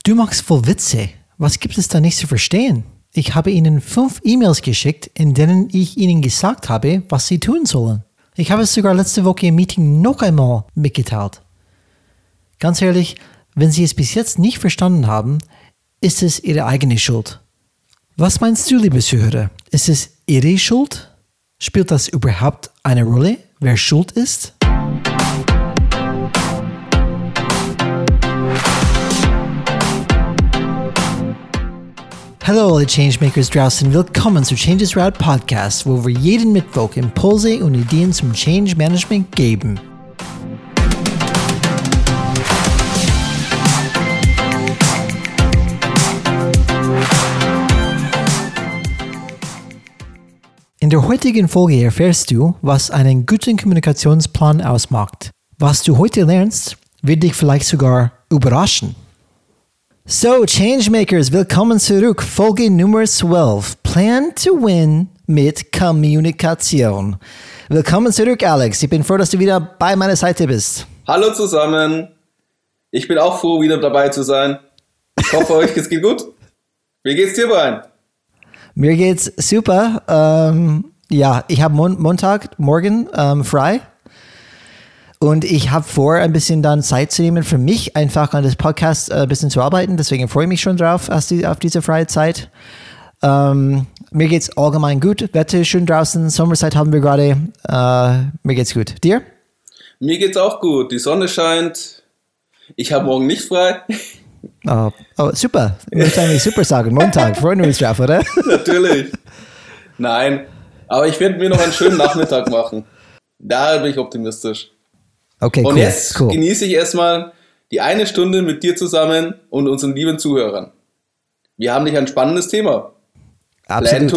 Du machst voll Witze. Was gibt es da nicht zu verstehen? Ich habe Ihnen 5 E-Mails geschickt, in denen ich Ihnen gesagt habe, was Sie tun sollen. Ich habe es sogar letzte Woche im Meeting noch einmal mitgeteilt. Ganz ehrlich, wenn Sie es bis jetzt nicht verstanden haben, ist es Ihre eigene Schuld. Was meinst du, liebe Zuhörer? Ist es Ihre Schuld? Spielt das überhaupt eine Rolle, wer schuld ist? Hallo alle Changemakers draußen, willkommen zu Changes Route Podcast, wo wir jeden Mittwoch Impulse und Ideen zum Change Management geben. In der heutigen Folge erfährst du, was einen guten Kommunikationsplan ausmacht. Was du heute lernst, wird dich vielleicht sogar überraschen. So, Changemakers, willkommen zurück. Folge Nummer 12. Plan to win mit Kommunikation. Willkommen zurück, Alex. Ich bin froh, dass du wieder bei meiner Seite bist. Hallo zusammen. Ich bin auch froh, wieder dabei zu sein. Ich hoffe, euch geht gut. Wie geht's dir, Brian? Mir geht's super. Ich habe Montagmorgen frei. Und ich habe vor, ein bisschen dann Zeit zu nehmen für mich, einfach an das Podcast ein bisschen zu arbeiten. Deswegen freue ich mich schon drauf, auf diese freie Zeit. Mir geht's allgemein gut. Wetter ist schön draußen. Sommerzeit haben wir gerade. Mir geht's gut. Dir? Mir geht's auch gut. Die Sonne scheint. Ich habe morgen nicht frei. Oh, super. Ich möchte eigentlich super sagen. Montag. Freuen wir uns drauf, oder? Natürlich. Nein. Aber ich werde mir noch einen schönen Nachmittag machen. Da bin ich optimistisch. Okay, und cool, jetzt genieße ich erstmal die eine Stunde mit dir zusammen und unseren lieben Zuhörern. Wir haben nicht ein spannendes Thema. Absolut.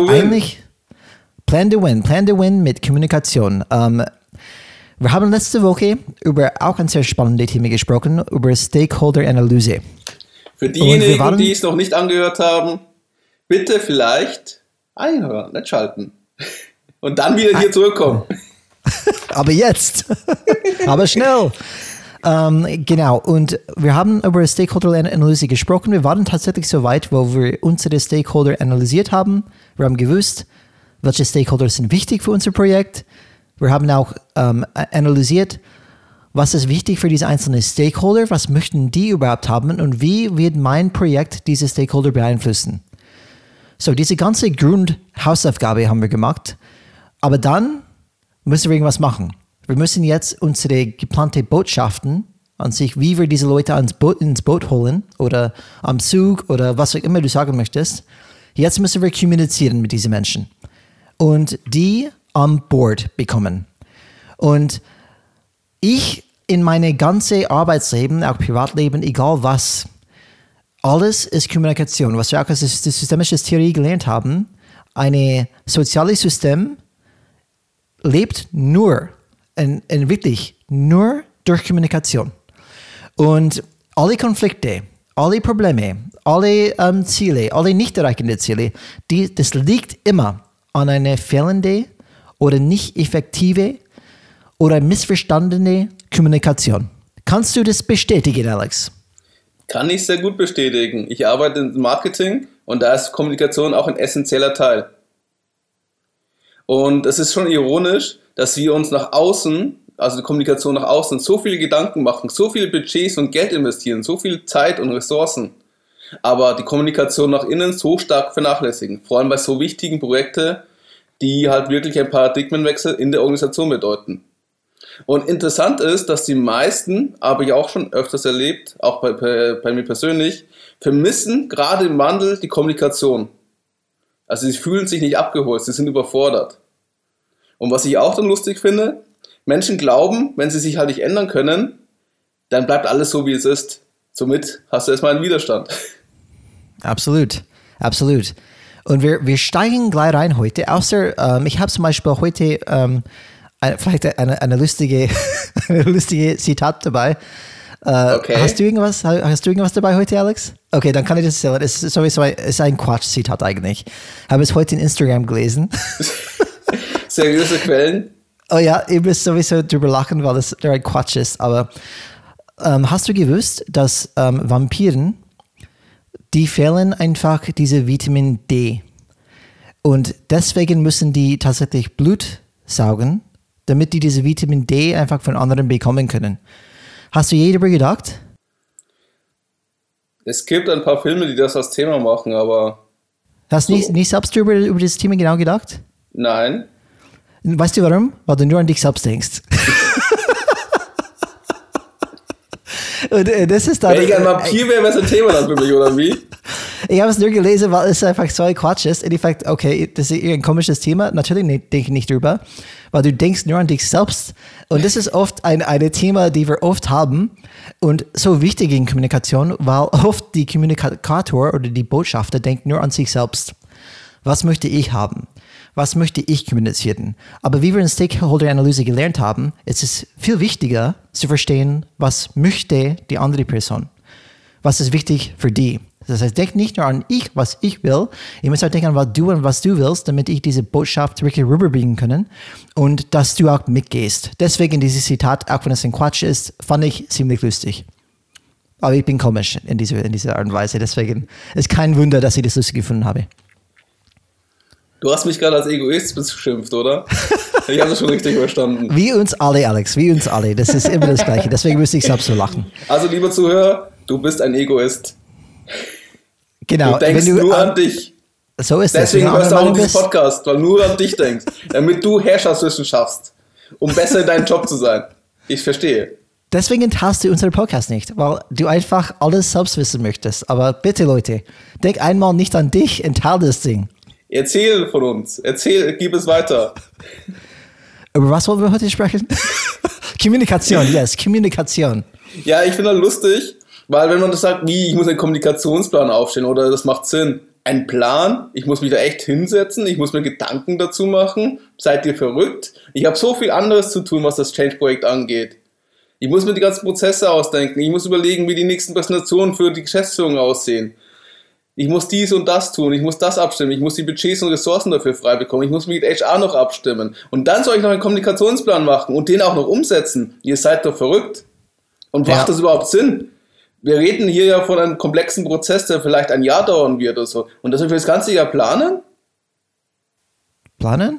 Plan to win mit Kommunikation. Wir haben letzte Woche über auch ein sehr spannendes Thema gesprochen, über Stakeholder-Analyse. Für diejenigen, die es noch nicht angehört haben, bitte vielleicht einhören, nicht schalten. Und dann wieder hier zurückkommen. Aber jetzt. Aber schnell. Genau. Und wir haben über Stakeholder-Analyse gesprochen. Wir waren tatsächlich so weit, wo wir unsere Stakeholder analysiert haben. Wir haben gewusst, welche Stakeholder sind wichtig für unser Projekt. Wir haben auch analysiert, was ist wichtig für diese einzelnen Stakeholder, was möchten die überhaupt haben und wie wird mein Projekt diese Stakeholder beeinflussen. So, diese ganze Grundhausaufgabe haben wir gemacht. Aber dann müssen wir irgendwas machen. Wir müssen jetzt unsere geplante Botschaften an sich, wie wir diese Leute ins Boot holen oder am Zug oder was auch immer du sagen möchtest. Jetzt müssen wir kommunizieren mit diesen Menschen und die an Bord bekommen. Und ich in meine ganze Arbeitsleben, auch Privatleben, egal was, alles ist Kommunikation. Was wir auch als systemische Theorie gelernt haben, ein soziales System lebt nur, wirklich nur durch Kommunikation. Und alle Konflikte, alle Probleme, alle Ziele, alle nicht erreichende Ziele, das liegt immer an einer fehlenden oder nicht effektive oder missverstandene Kommunikation. Kannst du das bestätigen, Alex? Kann ich sehr gut bestätigen. Ich arbeite im Marketing und da ist Kommunikation auch ein essentieller Teil. Und es ist schon ironisch, dass wir uns nach außen, also die Kommunikation nach außen, so viele Gedanken machen, so viele Budgets und Geld investieren, so viel Zeit und Ressourcen, aber die Kommunikation nach innen so stark vernachlässigen. Vor allem bei so wichtigen Projekten, die halt wirklich einen Paradigmenwechsel in der Organisation bedeuten. Und interessant ist, dass die meisten, habe ich auch schon öfters erlebt, auch bei mir persönlich, vermissen gerade im Wandel die Kommunikation. Also sie fühlen sich nicht abgeholt, sie sind überfordert. Und was ich auch dann lustig finde, Menschen glauben, wenn sie sich halt nicht ändern können, dann bleibt alles so, wie es ist. Somit hast du erstmal einen Widerstand. Absolut. Und wir steigen gleich rein heute. Außer, ich habe zum Beispiel heute vielleicht eine lustige Zitat dabei. Okay. Hast du irgendwas dabei heute, Alex? Okay, dann kann ich das erzählen. Es ist sowieso ein Quatsch-Zitat eigentlich. Ich habe es heute in Instagram gelesen. Seriöse Quellen? Oh ja, ich muss sowieso drüber lachen, weil das ein Quatsch ist. Aber hast du gewusst, dass Vampiren die fehlen einfach diese Vitamin D. Und deswegen müssen die tatsächlich Blut saugen, damit die diese Vitamin D einfach von anderen bekommen können. Hast du je darüber gedacht? Es gibt ein paar Filme, die das als Thema machen, aber... Hast du nicht selbst über das Thema genau gedacht? Nein. Weißt du warum? Weil du nur an dich selbst denkst. Und das ist dann, wenn ich ein Vampir wäre, wäre es ein Thema dann für mich, oder wie? Ich habe es nur gelesen, weil es einfach so ein Quatsch ist. Und ich dachte, okay, das ist ein komisches Thema. Natürlich denke ich nicht drüber, weil du denkst nur an dich selbst. Und das ist oft ein Thema, die wir oft haben und so wichtig in Kommunikation, weil oft die Kommunikator oder die Botschafter denkt nur an sich selbst. Was möchte ich haben? Was möchte ich kommunizieren? Aber wie wir in Stakeholder-Analyse gelernt haben, ist es viel wichtiger zu verstehen, was möchte die andere Person? Was ist wichtig für die? Das heißt, denk nicht nur an was ich will. Ich muss auch denken an was du willst, damit ich diese Botschaft wirklich rüberbringen kann und dass du auch mitgehst. Deswegen dieses Zitat, auch wenn es ein Quatsch ist, fand ich ziemlich lustig. Aber ich bin komisch in dieser Art und Weise. Deswegen ist kein Wunder, dass ich das lustig gefunden habe. Du hast mich gerade als Egoist beschimpft, oder? Ich habe das schon richtig verstanden. Wie uns alle, Alex, wie uns alle. Das ist immer das Gleiche. Deswegen müsste ich selbst so lachen. Also, lieber Zuhörer, du bist ein Egoist. Genau. Du denkst nur an dich. So ist es. Deswegen hörst du auch diesen bist. Podcast, weil du nur an dich denkst. Damit du Herrschaftswissen schaffst, um besser in deinem Job zu sein. Ich verstehe. Deswegen hast du unseren Podcast nicht, weil du einfach alles selbst wissen möchtest. Aber bitte, Leute, denk einmal nicht an dich und teile das Ding. Erzähl von uns. Gib es weiter. Über was wollen wir heute sprechen? Kommunikation, yes, Kommunikation. Ja, ich finde das lustig, weil wenn man das sagt, ich muss einen Kommunikationsplan aufstellen oder das macht Sinn. Ein Plan, ich muss mich da echt hinsetzen, ich muss mir Gedanken dazu machen. Seid ihr verrückt? Ich habe so viel anderes zu tun, was das Change-Projekt angeht. Ich muss mir die ganzen Prozesse ausdenken. Ich muss überlegen, wie die nächsten Präsentationen für die Geschäftsführung aussehen. Ich muss dies und das tun, ich muss das abstimmen, ich muss die Budgets und Ressourcen dafür frei bekommen, ich muss mit HR noch abstimmen. Und dann soll ich noch einen Kommunikationsplan machen und den auch noch umsetzen. Ihr seid doch verrückt. Und macht das überhaupt Sinn? Wir reden hier ja von einem komplexen Prozess, der vielleicht ein Jahr dauern wird oder so. Und das wir das ganze Jahr planen? Planen?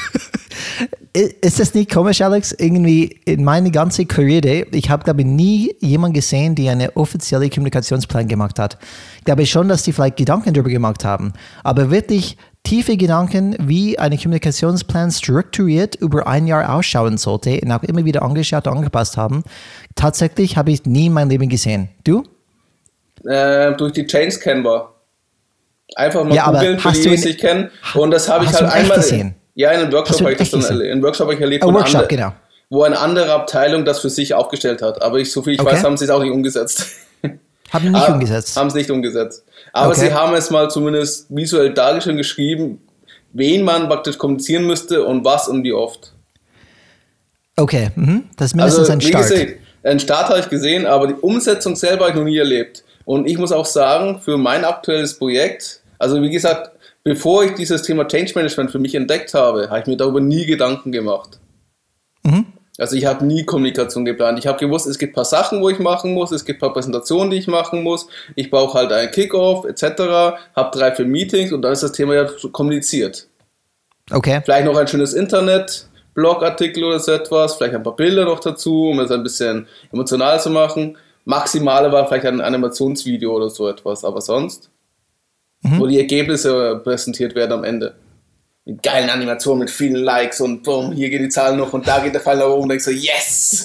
Ist das nicht komisch, Alex? Irgendwie in meiner ganzen Karriere, ich habe, glaube ich, nie jemanden gesehen, der einen offiziellen Kommunikationsplan gemacht hat. Ich glaube schon, dass die vielleicht Gedanken darüber gemacht haben. Aber wirklich tiefe Gedanken, wie ein Kommunikationsplan strukturiert über ein Jahr ausschauen sollte und auch immer wieder angeschaut und angepasst haben, tatsächlich habe ich nie in meinem Leben gesehen. Du? Durch die Change Canva. Einfach mal googeln, für die es nicht kennen. Und das habe ich halt einmal gesehen. Ja, in einem Workshop habe ich das schon erlebt. Einen Workshop habe ich erlebt, genau. Wo eine andere Abteilung das für sich aufgestellt hat. Aber soviel ich weiß, haben sie es auch nicht umgesetzt. Haben nicht umgesetzt? Haben es nicht umgesetzt. Aber sie haben es mal zumindest visuell dargestellt geschrieben, wen man praktisch kommunizieren müsste und was und wie oft. Okay, das ist mindestens ein Start. Wie gesagt, einen Start habe ich gesehen, aber die Umsetzung selber habe ich noch nie erlebt. Und ich muss auch sagen, für mein aktuelles Projekt, also wie gesagt, bevor ich dieses Thema Change Management für mich entdeckt habe, habe ich mir darüber nie Gedanken gemacht. Also ich habe nie Kommunikation geplant. Ich habe gewusst, es gibt ein paar Sachen, wo ich machen muss, es gibt ein paar Präsentationen, die ich machen muss. Ich brauche halt einen Kickoff etc., habe 3-4 Meetings und dann ist das Thema ja kommuniziert. Okay. Vielleicht noch ein schönes Internet, Blogartikel oder so etwas, vielleicht ein paar Bilder noch dazu, um es ein bisschen emotional zu machen. Maximale war vielleicht ein Animationsvideo oder so etwas, aber sonst, wo die Ergebnisse präsentiert werden am Ende. Mit geilen Animationen, mit vielen Likes und boom, hier geht die Zahl noch und da geht der Pfeil nach oben und denkst so, yes!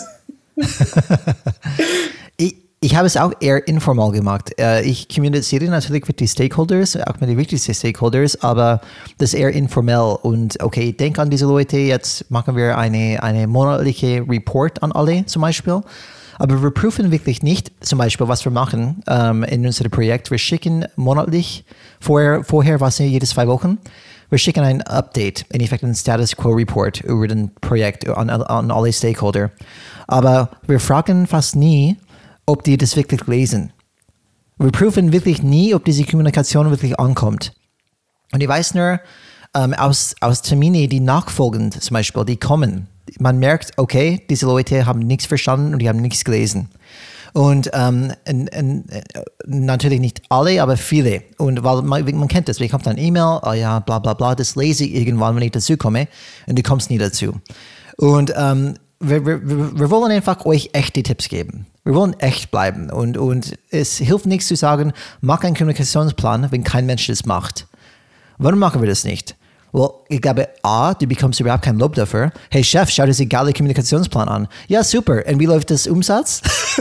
Ich habe es auch eher informell gemacht. Ich kommuniziere natürlich mit den Stakeholders, auch mit den wichtigsten Stakeholders, aber das ist eher informell. Und okay, denk an diese Leute, jetzt machen wir eine monatliche Report an alle zum Beispiel. Aber wir prüfen wirklich nicht, zum Beispiel, was wir machen in unserem Projekt. Wir schicken monatlich, vorher war es jedes 2 Wochen, wir schicken ein Update, in Effekt einen Status Quo Report über das Projekt an alle Stakeholder. Aber wir fragen fast nie, ob die das wirklich lesen. Wir prüfen wirklich nie, ob diese Kommunikation wirklich ankommt. Und ich weiß nur, aus Termine, die nachfolgen, zum Beispiel, die kommen, man merkt, okay, diese Leute haben nichts verstanden und die haben nichts gelesen. Und natürlich nicht alle, aber viele. Und weil man kennt das, wir kommt ein E-Mail, oh ja, bla bla bla, das lese ich irgendwann, wenn ich dazu komme, und du kommst nie dazu. Und wir wollen einfach euch echte Tipps geben. Wir wollen echt bleiben. Und es hilft nichts zu sagen, mach einen Kommunikationsplan, wenn kein Mensch das macht. Warum machen wir das nicht? Well, ich glaube, du bekommst überhaupt kein Lob dafür. Hey Chef, schau dir den geilen Kommunikationsplan an. Ja, super. Und wie läuft das Umsatz?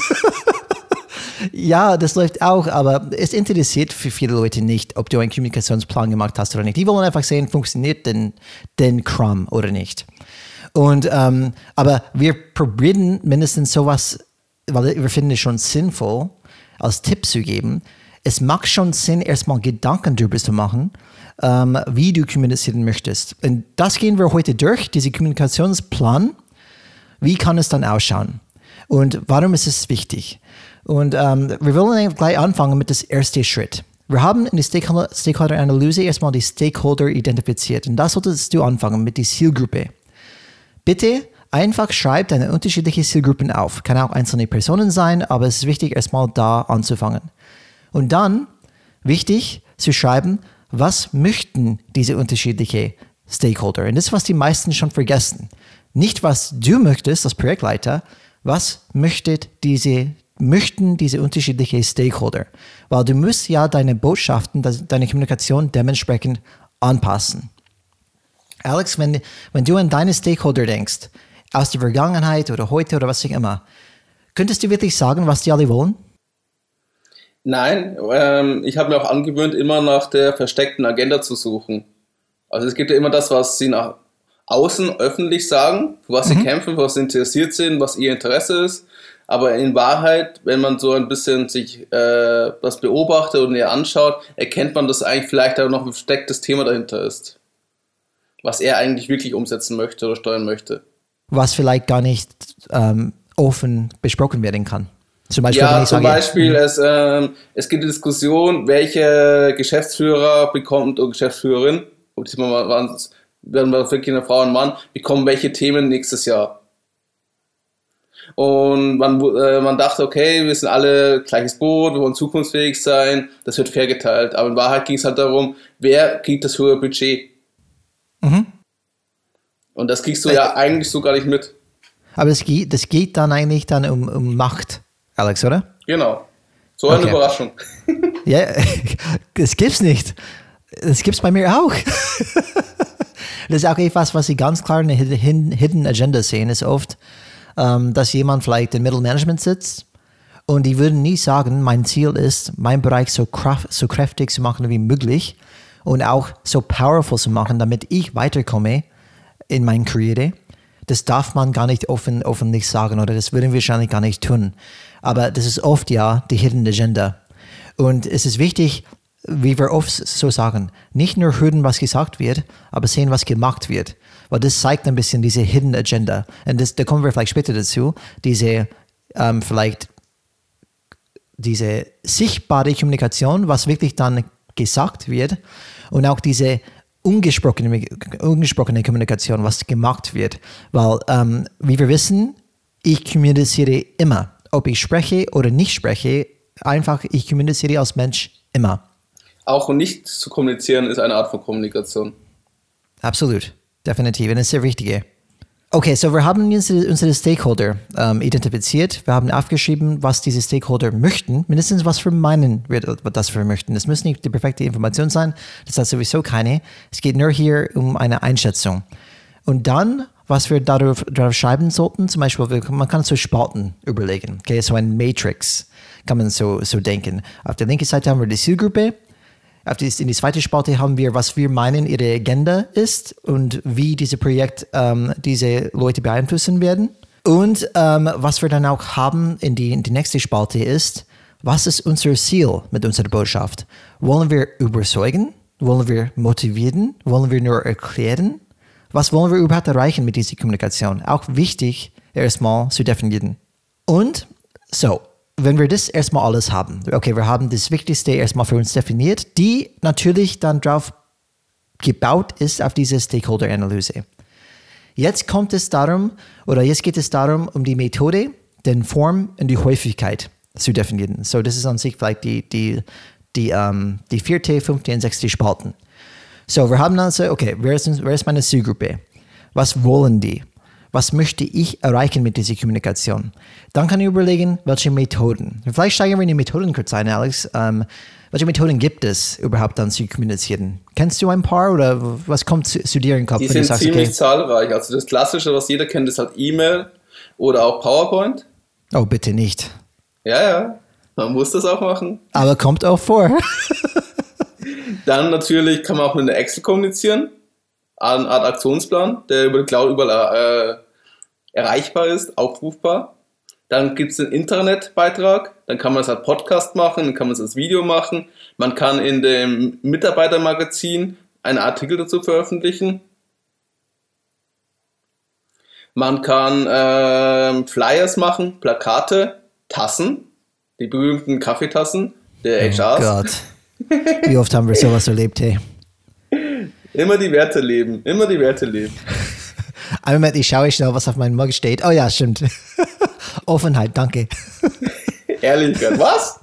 Ja, das läuft auch, aber es interessiert für viele Leute nicht, ob du einen Kommunikationsplan gemacht hast oder nicht. Die wollen einfach sehen, funktioniert denn Kram oder nicht. Und, aber wir probieren mindestens sowas, weil wir finden es schon sinnvoll, als Tipp zu geben. Es macht schon Sinn, erstmal Gedanken darüber zu machen, wie du kommunizieren möchtest. Und das gehen wir heute durch, diesen Kommunikationsplan. Wie kann es dann ausschauen? Und warum ist es wichtig? Und wir wollen gleich anfangen mit dem ersten Schritt. Wir haben in der Stakeholder-Analyse erstmal die Stakeholder identifiziert. Und da solltest du anfangen mit der Zielgruppe. Bitte einfach schreib deine unterschiedlichen Zielgruppen auf. Kann auch einzelne Personen sein, aber es ist wichtig, erstmal da anzufangen. Und dann, wichtig zu schreiben, was möchten diese unterschiedlichen Stakeholder? Und das ist, was die meisten schon vergessen. Nicht, was du möchtest als Projektleiter, was möchten diese unterschiedlichen Stakeholder? Weil du musst ja deine Botschaften, deine Kommunikation dementsprechend anpassen. Alex, wenn du an deine Stakeholder denkst, aus der Vergangenheit oder heute oder was auch immer, könntest du wirklich sagen, was die alle wollen? Nein, ich habe mir auch angewöhnt, immer nach der versteckten Agenda zu suchen. Also es gibt ja immer das, was sie nach außen öffentlich sagen, für was sie kämpfen, für was sie interessiert sind, was ihr Interesse ist. Aber in Wahrheit, wenn man so ein bisschen sich das beobachtet und näher anschaut, erkennt man, dass eigentlich vielleicht auch noch ein verstecktes Thema dahinter ist, was er eigentlich wirklich umsetzen möchte oder steuern möchte. Was vielleicht gar nicht offen besprochen werden kann. Zum Beispiel, es gibt eine Diskussion, welche Geschäftsführer bekommt und Geschäftsführerin, werden wir wirklich eine Frau und Mann, bekommen welche Themen nächstes Jahr. Und man dachte, okay, wir sind alle gleiches Boot, wir wollen zukunftsfähig sein, das wird fair geteilt. Aber in Wahrheit ging es halt darum, wer kriegt das höhere Budget. Mhm. Und das kriegst du ja eigentlich so gar nicht mit. Aber das geht dann eigentlich um Macht, Alex, oder? Genau. So eine Überraschung. Ja, das gibt's nicht. Das gibt's bei mir auch. Das ist auch etwas, was sie ganz klar in der Hidden Agenda sehen, ist oft, dass jemand vielleicht im Mittelmanagement sitzt und die würden nie sagen, mein Ziel ist, meinen Bereich so kräftig zu machen wie möglich und auch so powerful zu machen, damit ich weiterkomme in meiner Karriere. Das darf man gar nicht öffentlich sagen oder das würden wir wahrscheinlich gar nicht tun. Aber das ist oft ja die Hidden Agenda. Und es ist wichtig, wie wir oft so sagen, nicht nur hören, was gesagt wird, aber sehen, was gemacht wird. Weil das zeigt ein bisschen diese Hidden Agenda. Und da kommen wir vielleicht später dazu, diese sichtbare Kommunikation, was wirklich dann gesagt wird und auch diese ungesprochene Kommunikation, was gemacht wird. Weil, wie wir wissen, ich kommuniziere immer. Ob ich spreche oder nicht spreche, einfach, ich kommuniziere als Mensch immer. Auch nicht zu kommunizieren ist eine Art von Kommunikation. Absolut, definitiv. Und das ist sehr wichtig. Okay, so wir haben unsere Stakeholder identifiziert. Wir haben aufgeschrieben, was diese Stakeholder möchten. Mindestens was wir meinen, das wir möchten. Das muss nicht die perfekte Information sein. Das hat sowieso keine. Es geht nur hier um eine Einschätzung. Und dann, was wir darauf schreiben sollten, zum Beispiel, man kann so Spalten überlegen. Okay, so ein Matrix kann man so denken. Auf der linken Seite haben wir die Zielgruppe. In die zweite Spalte haben wir, was wir meinen, ihre Agenda ist und wie dieses Projekt diese Leute beeinflussen werden. Und was wir dann auch haben in die nächste Spalte ist, was ist unser Ziel mit unserer Botschaft? Wollen wir überzeugen? Wollen wir motivieren? Wollen wir nur erklären? Was wollen wir überhaupt erreichen mit dieser Kommunikation? Auch wichtig, erstmal zu definieren. Und so, wenn wir das erstmal alles haben, okay, wir haben das Wichtigste erstmal für uns definiert, die natürlich dann drauf gebaut ist auf diese Stakeholder-Analyse. Jetzt geht es darum, um die Methode, den Form und die Häufigkeit. zu definieren. So, das ist an sich vielleicht die vierte, fünfte und sechste Spalten. So, wir haben also, okay, wer ist meine Zielgruppe? Was wollen die? Was möchte ich erreichen mit dieser Kommunikation? Dann kann ich überlegen, welche Methoden. Vielleicht steigen wir in die Methoden kurz ein, Alex. Welche Methoden gibt es überhaupt dann zu kommunizieren? Kennst du ein paar oder was kommt zu dir in den Kopf? Die sind ziemlich zahlreich. Also das Klassische, was jeder kennt, ist halt E-Mail oder auch PowerPoint. Oh, bitte nicht. Ja, man muss das auch machen. Aber kommt auch vor. Dann natürlich kann man auch mit einer Excel kommunizieren. Eine Art Aktionsplan, der über die Cloud überall erreichbar ist, aufrufbar. Dann gibt es einen Internetbeitrag, dann kann man es als Podcast machen, dann kann man es als Video machen. Man kann in dem Mitarbeitermagazin einen Artikel dazu veröffentlichen. Man kann Flyers machen, Plakate, Tassen, die berühmten Kaffeetassen der HRs. Oh Gott, wie oft haben wir sowas erlebt, hey? Immer die Werte leben, immer die Werte leben. Einen Moment, ich schaue schnell, was auf meinem Mug steht. Oh ja, stimmt. Offenheit, danke. Ehrlichkeit, was?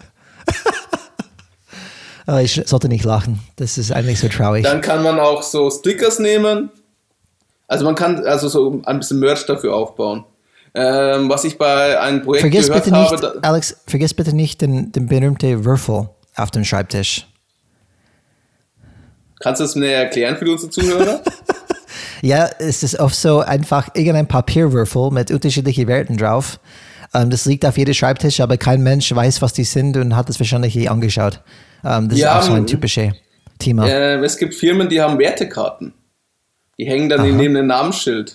Oh, ich sollte nicht lachen. Das ist eigentlich so traurig. Dann kann man auch so Stickers nehmen. Also man kann also so ein bisschen Merch dafür aufbauen. Was ich bei einem Projekt gehört habe... Alex, vergiss bitte nicht den berühmten Würfel auf dem Schreibtisch. Kannst du es mir erklären für unsere Zuhörer? Ja, es ist oft so einfach irgendein Papierwürfel mit unterschiedlichen Werten drauf. Das liegt auf jedem Schreibtisch, aber kein Mensch weiß, was die sind und hat es wahrscheinlich je angeschaut. Das ist auch so ein typisches Thema. Es gibt Firmen, die haben Wertekarten. Die hängen dann neben dem Namensschild,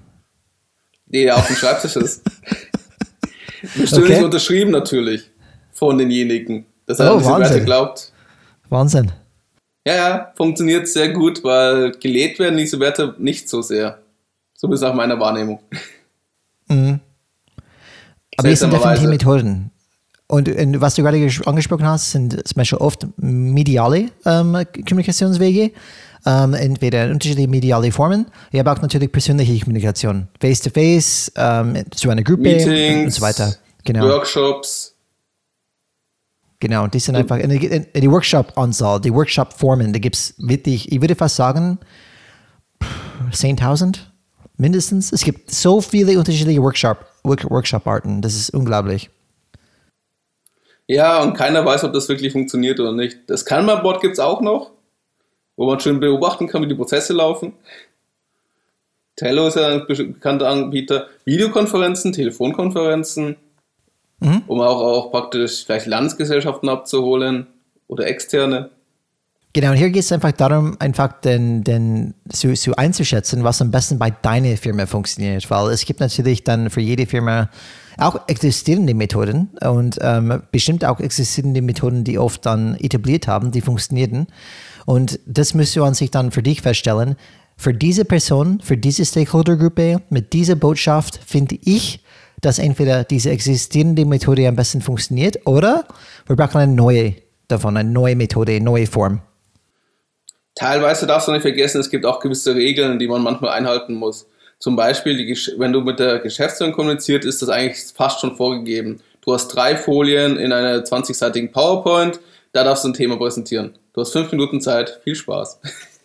der auf dem Schreibtisch ist. Persönlich unterschrieben natürlich von denjenigen, dass er an diese Werte glaubt. Wahnsinn. Ja, funktioniert sehr gut, weil gelegt werden diese Werte nicht so sehr. Zumindest nach meiner Wahrnehmung. Mhm. Aber es sind definitiv Methoden. Und was du gerade angesprochen hast, sind zum Beispiel oft mediale Kommunikationswege. Entweder unterschiedliche mediale Formen. Ich habe auch natürlich persönliche Kommunikation. Face-to-face, zu einer Gruppe Meetings, und so weiter. Genau. Workshops. Genau, die sind einfach in die Workshop-Anzahl, die Workshop-Formen, da gibt es wirklich, ich würde fast sagen, 10.000 mindestens. Es gibt so viele unterschiedliche Workshop-Arten, das ist unglaublich. Ja, und keiner weiß, ob das wirklich funktioniert oder nicht. Das Kanban-Board gibt es auch noch, wo man schön beobachten kann, wie die Prozesse laufen. Trello ist ja ein bekannter Anbieter. Videokonferenzen, Telefonkonferenzen, um auch praktisch vielleicht Landesgesellschaften abzuholen oder externe. Genau, und hier geht es einfach darum, einfach so einzuschätzen, was am besten bei deiner Firma funktioniert, weil es gibt natürlich dann für jede Firma auch existierende Methoden und bestimmt auch existierende Methoden, die oft dann etabliert haben, die funktionierten. Und das musst du an sich dann für dich feststellen. Für diese Person, für diese Stakeholdergruppe, mit dieser Botschaft finde ich, dass entweder diese existierende Methode am besten funktioniert oder wir brauchen eine neue davon, eine neue Methode, eine neue Form. Teilweise darfst du nicht vergessen, es gibt auch gewisse Regeln, die man manchmal einhalten muss. Zum Beispiel, wenn du mit der Geschäftsführung kommuniziert, ist das eigentlich fast schon vorgegeben. Du hast 3 Folien in einer 20-seitigen PowerPoint, da darfst du ein Thema präsentieren. Du hast 5 Minuten Zeit, viel Spaß.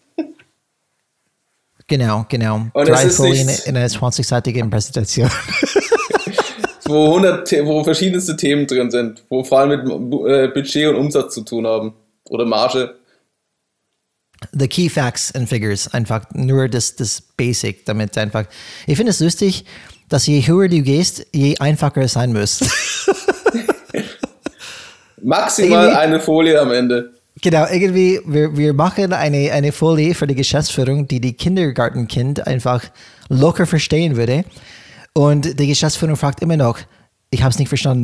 Genau. Und 3 Folien in einer 20-seitigen Präsentation. wo verschiedenste Themen drin sind, wo vor allem mit Budget und Umsatz zu tun haben oder Marge. The key facts and figures, einfach nur das Basic, damit einfach. Ich finde es lustig, dass je höher du gehst, je einfacher es sein muss. Maximal eine Folie am Ende. Genau, irgendwie, wir machen eine Folie für die Geschäftsführung, die Kindergartenkind einfach locker verstehen würde. Und die Geschäftsführung fragt immer noch, ich habe es nicht verstanden.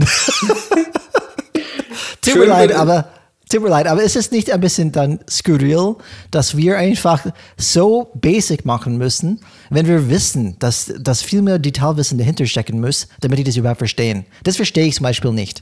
Tut mir leid, aber ist es nicht ein bisschen dann skurril, dass wir einfach so basic machen müssen, wenn wir wissen, dass viel mehr Detailwissen dahinter stecken muss, damit die das überhaupt verstehen? Das verstehe ich zum Beispiel nicht.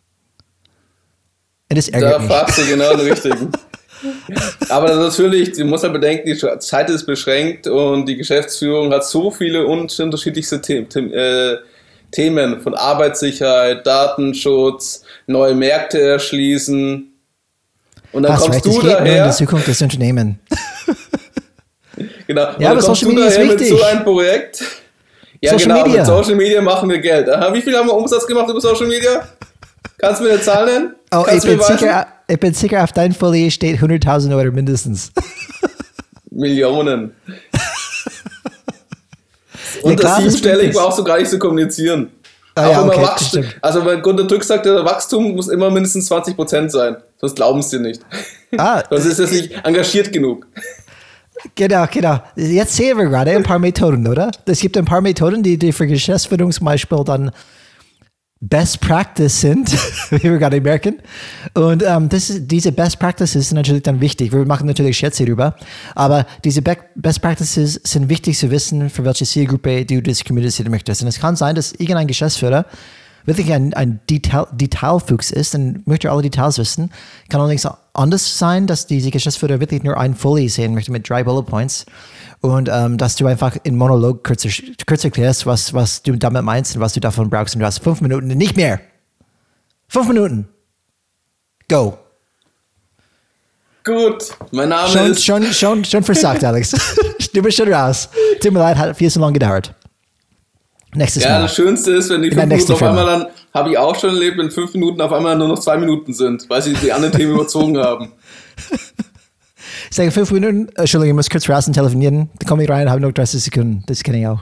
Und das ärgert mich. Da fragst du genau den Richtigen. Aber natürlich, du musst halt bedenken, die Zeit ist beschränkt und die Geschäftsführung hat so viele unterschiedlichste Themen von Arbeitssicherheit, Datenschutz, neue Märkte erschließen. Und dann kommst du geht nur in daher. die Zukunft des Unternehmens. Genau. Und Ja, dann aber kommst Social du Media ist daher mit wichtig. so einem Projekt. Ja, Social genau, Media. mit Social Media machen wir Geld. Aha, wie viel haben wir Umsatz gemacht über Social Media? Kannst du mir eine Zahl nennen? Oh, Kannst du mir weisen? ich bin sicher, auf deiner Folie steht 100.000 oder mindestens. Millionen. Ja, Und klar, das das siebenstellig stimmt. brauchst du gar nicht zu kommunizieren. Ah, Auch ja, immer okay, das Wachstum. stimmt. Also wenn Gunter Dück sagt, der Wachstum muss immer mindestens 20% sein. Sonst glauben es dir nicht. Ah, Sonst ist es nicht engagiert genug. genau. Jetzt sehen wir gerade ein paar Methoden, oder? Es gibt ein paar Methoden, die für Geschäftsführung zum Beispiel dann Best Practice sind, wie wir gerade merken. Und diese Best Practices sind natürlich dann wichtig. Wir machen natürlich Schätze darüber. Aber diese Best Practices sind wichtig zu wissen, für welche Zielgruppe du das kommunizieren möchtest. Und es kann sein, dass irgendein Geschäftsführer wirklich ein Detailfuchs ist und möchte alle Details wissen. Kann allerdings anders sein, dass diese Geschäftsführer wirklich nur eine Folie sehen möchte mit 3 Bullet Points und dass du einfach in Monolog kurz erklärst, was du damit meinst und was du davon brauchst. Und du hast 5 Minuten, nicht mehr. 5 Minuten. Go. Gut, mein Name ist... Schon versagt, Alex. Du bist schon raus. Tut mir leid, hat viel zu lange gedauert. Nächstes Ja, Mal. das Schönste ist, wenn die 5 Minuten auf einmal dann, habe ich auch schon erlebt, wenn 5 Minuten auf einmal nur noch 2 Minuten sind, weil sie die anderen Themen überzogen haben. Ich sage 5 Minuten, Entschuldigung, ich muss kurz raus und telefonieren. Dann komme ich rein, habe noch 30 Sekunden. Das kenne ich auch.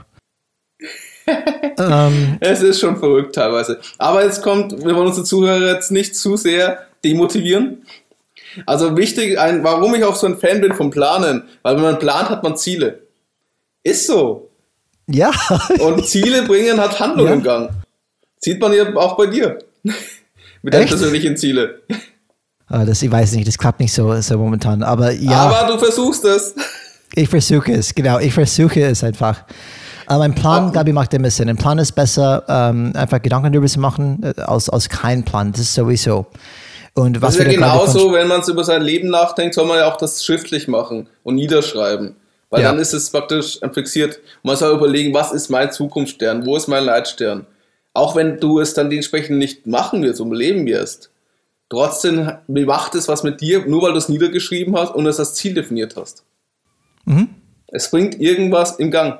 Es ist schon verrückt teilweise. Aber jetzt kommt, wir wollen unsere Zuhörer jetzt nicht zu sehr demotivieren. Also wichtig, warum ich auch so ein Fan bin vom Planen, weil wenn man plant, hat man Ziele. Ist so. Ja. Und Ziele bringen hat Handlung im Gang. Sieht man ja auch bei dir. Mit deinen persönlichen Zielen. Ich weiß nicht, das klappt nicht so momentan. Aber ja. Aber du versuchst es. Ich versuche es, genau. Ich versuche es einfach. Ein Plan, glaube ich, macht immer Sinn. Ein Plan ist besser, einfach Gedanken darüber zu machen, als kein Plan. Das ist sowieso. Und was das ist ja genauso, wenn man über sein Leben nachdenkt, soll man ja auch das schriftlich machen und niederschreiben. Weil dann ist es praktisch fixiert. Und man soll überlegen, was ist mein Zukunftsstern, wo ist mein Leitstern. Auch wenn du es dann dementsprechend nicht machen wirst und leben wirst. Trotzdem macht es was mit dir, nur weil du es niedergeschrieben hast und es als Ziel definiert hast. Mhm. Es bringt irgendwas im Gang.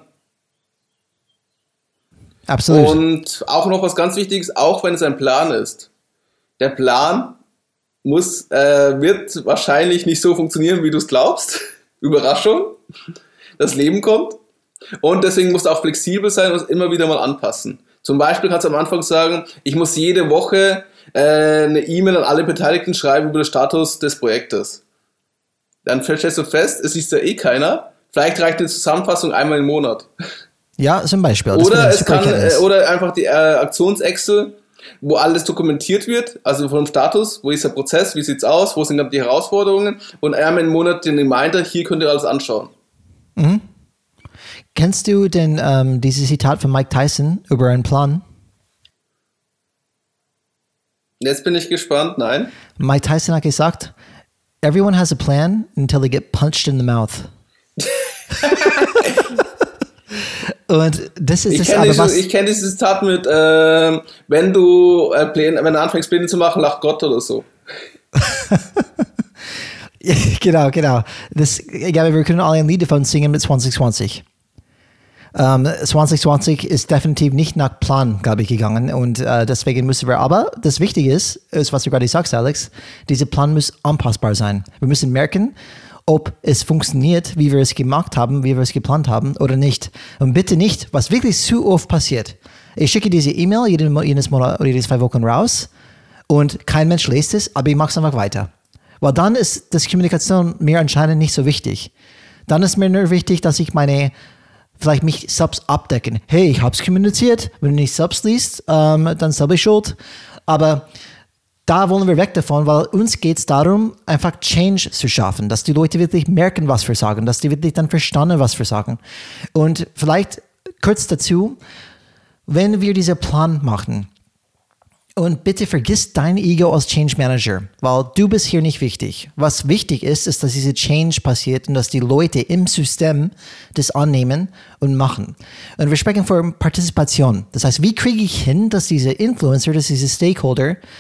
Absolut. Und auch noch was ganz Wichtiges, auch wenn es ein Plan ist. Der Plan wird wahrscheinlich nicht so funktionieren, wie du es glaubst. Überraschung. Das Leben kommt. Und deswegen musst du auch flexibel sein und es immer wieder mal anpassen. Zum Beispiel kannst du am Anfang sagen, ich muss jede Woche eine E-Mail an alle Beteiligten schreiben über den Status des Projektes. Dann stellst du fest, es ist ja eh keiner. Vielleicht reicht eine Zusammenfassung einmal im Monat. Ja, zum Beispiel. Oder einfach die Aktions-Excel, wo alles dokumentiert wird, also vom Status, wo ist der Prozess, wie sieht's aus, wo sind die Herausforderungen und einmal im Monat den Reminder, hier könnt ihr alles anschauen. Mhm. Kennst du denn dieses Zitat von Mike Tyson über einen Plan? Jetzt bin ich gespannt, nein. Mike Tyson hat gesagt, everyone has a plan until they get punched in the mouth. Und das ist ich kenne dieses Zitat mit, wenn du anfängst Pläne zu machen, lacht Gott oder so. Genau. Ich glaube, wir können alle ein Lied davon singen mit 2020. 2020 ist definitiv nicht nach Plan, glaube ich, gegangen und deswegen müssen wir, aber das Wichtige ist, was du gerade sagst, Alex, dieser Plan muss anpassbar sein. Wir müssen merken, ob es funktioniert, wie wir es gemacht haben, wie wir es geplant haben oder nicht. Und bitte nicht, was wirklich zu oft passiert. Ich schicke diese E-Mail jedes Monat oder jede 2 Wochen raus und kein Mensch liest es, aber ich mache es einfach weiter. Weil dann ist das Kommunikation mir anscheinend nicht so wichtig. Dann ist mir nur wichtig, dass ich vielleicht mich selbst abdecken. Hey, ich habe es kommuniziert. Wenn du nicht selbst liest, dann selber schuld. Aber da wollen wir weg davon, weil uns geht es darum, einfach Change zu schaffen, dass die Leute wirklich merken, was wir sagen, dass die wirklich dann verstanden, was wir sagen. Und vielleicht kurz dazu, wenn wir diesen Plan machen, und bitte vergiss dein Ego als Change Manager, weil du bist hier nicht wichtig. Was wichtig ist, dass diese Change passiert und dass die Leute im System das annehmen und machen. Und wir sprechen von Partizipation. Das heißt, wie kriege ich hin, dass diese Influencer, dass diese Stakeholder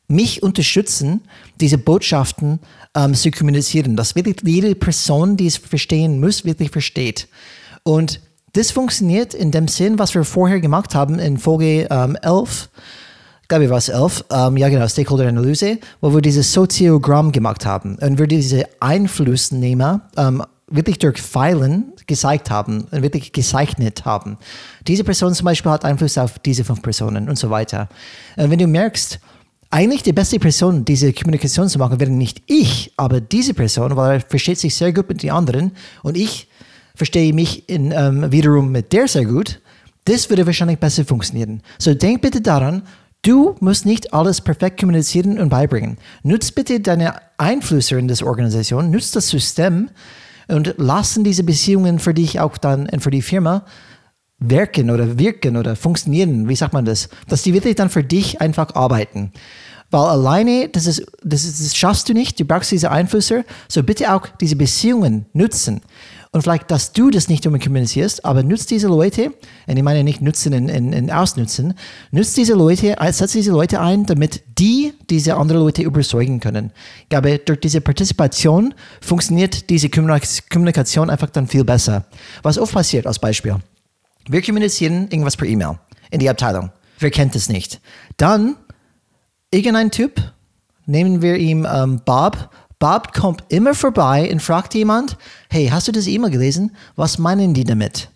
mich unterstützen, diese Botschaften zu kommunizieren, dass wirklich jede Person, die es verstehen muss, wirklich versteht. Und das funktioniert in dem Sinn, was wir vorher gemacht haben in Folge 11, ich glaube, war es 11, ja genau, Stakeholder-Analyse, wo wir dieses Soziogramm gemacht haben und wir diese Einflussnehmer wirklich durch Pfeilen gezeigt haben und wirklich gezeichnet haben. Diese Person zum Beispiel hat Einfluss auf diese 5 Personen und so weiter. Und wenn du merkst, eigentlich die beste Person, diese Kommunikation zu machen, wäre nicht ich, aber diese Person, weil er versteht sich sehr gut mit den anderen und ich verstehe mich wiederum mit der sehr gut, das würde wahrscheinlich besser funktionieren. So denk bitte daran, du musst nicht alles perfekt kommunizieren und beibringen. Nutz bitte deine Einflüsse in der Organisation, nutz das System und lassen diese Beziehungen für dich auch dann und für die Firma wirken oder funktionieren, wie sagt man das, dass die wirklich dann für dich einfach arbeiten. Weil alleine, das schaffst du nicht, du brauchst diese Einflüsse, so bitte auch diese Beziehungen nutzen. Und vielleicht, dass du das nicht unbedingt kommunizierst, aber nutzt diese Leute, und ich meine nicht nutzen in ausnutzen, setz diese Leute ein, damit diese anderen Leute überzeugen können. Ich glaube, durch diese Partizipation funktioniert diese Kommunikation einfach dann viel besser. Was oft passiert, als Beispiel. Wir kommunizieren irgendwas per E-Mail in die Abteilung. Wer kennt es nicht? Dann, irgendein Typ, nehmen wir ihm Bob. Bob kommt immer vorbei und fragt jemand, hey, hast du das E-Mail gelesen? Was meinen die damit?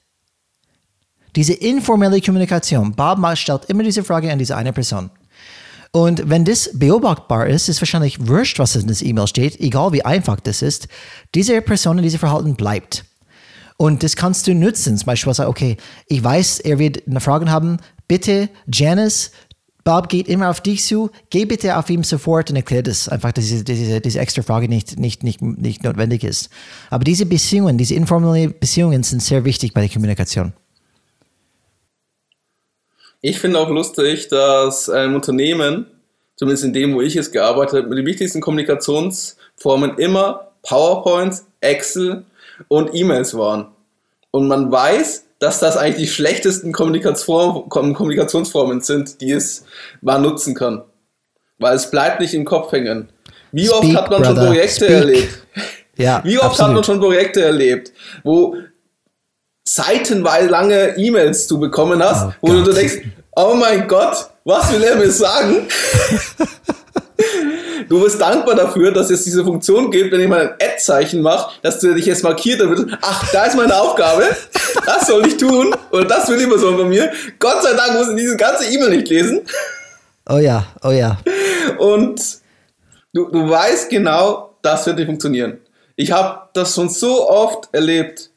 Diese informelle Kommunikation. Bob stellt immer diese Frage an diese eine Person. Und wenn das beobachtbar ist, ist wahrscheinlich wurscht, was in das E-Mail steht, egal wie einfach das ist, diese Person in diesem Verhalten bleibt. Und das kannst du nutzen. Zum Beispiel sagen, okay, ich weiß, er wird eine Frage haben. Bitte, Janice, Bob geht immer auf dich zu. Geh bitte auf ihn sofort und erklär das. Einfach, dass diese extra Frage nicht notwendig ist. Aber diese Beziehungen, diese informellen Beziehungen sind sehr wichtig bei der Kommunikation. Ich finde auch lustig, dass ein Unternehmen, zumindest in dem, wo ich es gearbeitet habe, mit den wichtigsten Kommunikationsformen immer PowerPoints, Excel und E-Mails waren. Und man weiß, dass das eigentlich die schlechtesten Kommunikationsformen sind, die man nutzen kann. Weil es bleibt nicht im Kopf hängen. Wie oft hat man schon Projekte erlebt? Ja, Wie oft hat man schon Projekte erlebt, wo seitenweise lange E-Mails du bekommen hast, wo du denkst, oh mein Gott, was will er mir sagen? Du bist dankbar dafür, dass es diese Funktion gibt, wenn jemand ein Ad-Zeichen macht, dass du dich jetzt markiert, damit, ach, da ist meine Aufgabe, das soll ich tun, oder das will die Person von mir. Gott sei Dank muss ich diese ganze E-Mail nicht lesen. Oh ja. Und du weißt genau, das wird nicht funktionieren. Ich habe das schon so oft erlebt.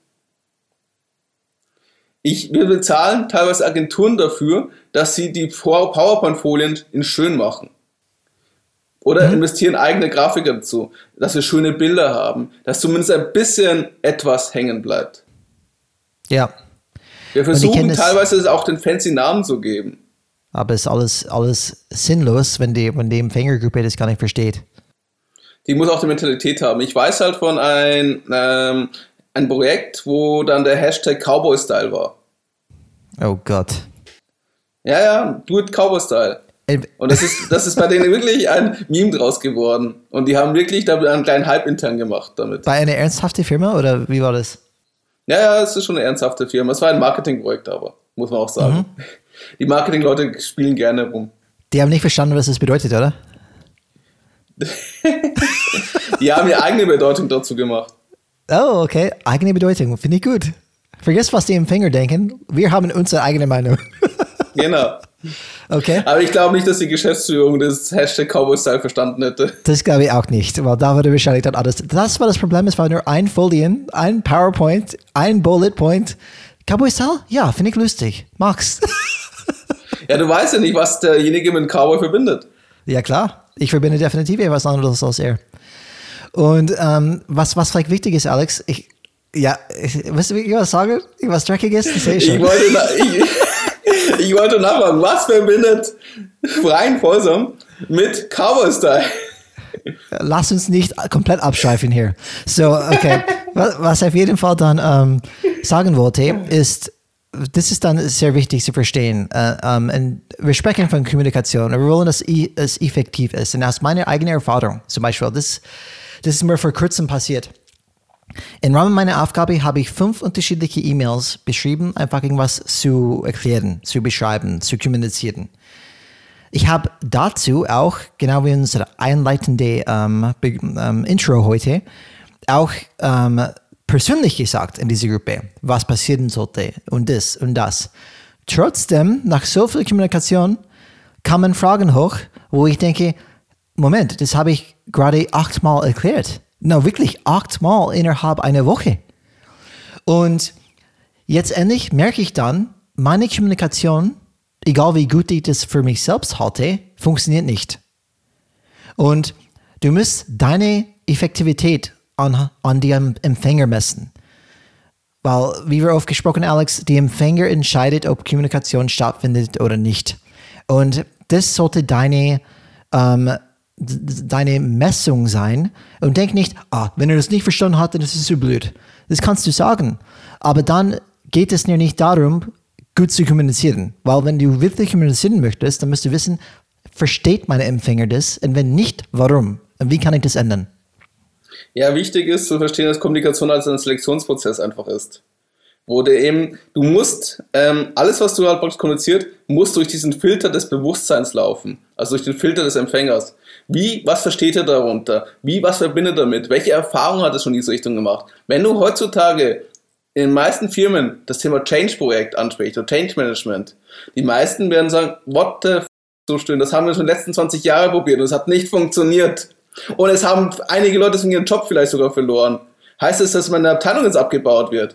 Wir bezahlen teilweise Agenturen dafür, dass sie die PowerPoint-Folien in schön machen. Oder investieren eigene Grafiker dazu, dass wir schöne Bilder haben, dass zumindest ein bisschen etwas hängen bleibt. Ja. Wir versuchen teilweise es auch den fancy Namen zu geben. Aber es ist alles sinnlos, wenn die Empfängergruppe das gar nicht versteht. Die muss auch die Mentalität haben. Ich weiß halt von ein Projekt, wo dann der Hashtag Cowboy-Style war. Oh Gott. Ja, do it Cowboy-Style. Und das ist bei denen wirklich ein Meme draus geworden. Und die haben wirklich da einen kleinen Hype intern gemacht damit. Bei einer ernsthaften Firma oder wie war das? Ja, es ist schon eine ernsthafte Firma. Es war ein Marketingprojekt, aber muss man auch sagen. Die Marketingleute spielen gerne rum. Die haben nicht verstanden, was das bedeutet, oder? Die haben ihre eigene Bedeutung dazu gemacht. Oh, okay. Eigene Bedeutung. Finde ich gut. Vergiss, was die Empfänger denken. Wir haben unsere eigene Meinung. Genau. Okay. Aber ich glaube nicht, dass die Geschäftsführung das Hashtag Cowboy-Style verstanden hätte. Das glaube ich auch nicht, weil da würde wahrscheinlich dann alles. Das war das Problem, es war nur ein Folien, ein PowerPoint, ein Bullet Point. Cowboy-Style? Ja, finde ich lustig. Mag's. Ja, du weißt ja nicht, was derjenige mit Cowboy verbindet. Ja, klar. Ich verbinde definitiv etwas anderes als er. Und was vielleicht wichtig ist, Alex, weißt du, wie ich was sage? Was Dreckiges? Ich wollte nachfragen, was verbindet Brian Folsom mit Cowboy-Style? Lass uns nicht komplett abschweifen hier. So, okay. Was ich auf jeden Fall dann sagen wollte, ist, das ist dann sehr wichtig zu verstehen. Und wir sprechen von Kommunikation und wir wollen, dass es effektiv ist. Und aus meiner eigenen Erfahrung, zum Beispiel, das ist mir vor kurzem passiert. Im Rahmen meiner Aufgabe habe ich 5 unterschiedliche E-Mails beschrieben, einfach irgendwas zu erklären, zu beschreiben, zu kommunizieren. Ich habe dazu auch, genau wie unsere einleitende Intro heute, auch persönlich gesagt in dieser Gruppe, was passieren sollte und das und das. Trotzdem, nach so viel Kommunikation, kamen Fragen hoch, wo ich denke, Moment, das habe ich gerade 8-mal erklärt. No, wirklich 8-mal innerhalb einer Woche. Und jetzt endlich merke ich dann, meine Kommunikation, egal wie gut ich das für mich selbst halte, funktioniert nicht. Und du musst deine Effektivität an die Empfänger messen. Weil, wie wir oft gesprochen, Alex, die Empfänger entscheidet, ob Kommunikation stattfindet oder nicht. Und das sollte deine Messung sein. Und denk nicht, wenn er das nicht verstanden hat, dann ist es so blöd. Das kannst du sagen. Aber dann geht es mir nicht darum, gut zu kommunizieren. Weil wenn du wirklich kommunizieren möchtest, dann musst du wissen, versteht meine Empfänger das? Und wenn nicht, warum? Und wie kann ich das ändern? Ja, wichtig ist zu verstehen, dass Kommunikation als ein Selektionsprozess einfach ist. Wo du musst, alles, was du halt praktisch kommuniziert, muss durch diesen Filter des Bewusstseins laufen. Also durch den Filter des Empfängers. Was versteht er darunter? Was verbindet er damit? Welche Erfahrungen hat er schon in diese Richtung gemacht? Wenn du heutzutage in den meisten Firmen das Thema Change-Projekt ansprichst oder Change-Management, die meisten werden sagen, what the f***, so schön, das haben wir schon in den letzten 20 Jahre probiert und es hat nicht funktioniert. Und es haben einige Leute von ihren Job vielleicht sogar verloren. Heißt es, dass meine Abteilung jetzt abgebaut wird?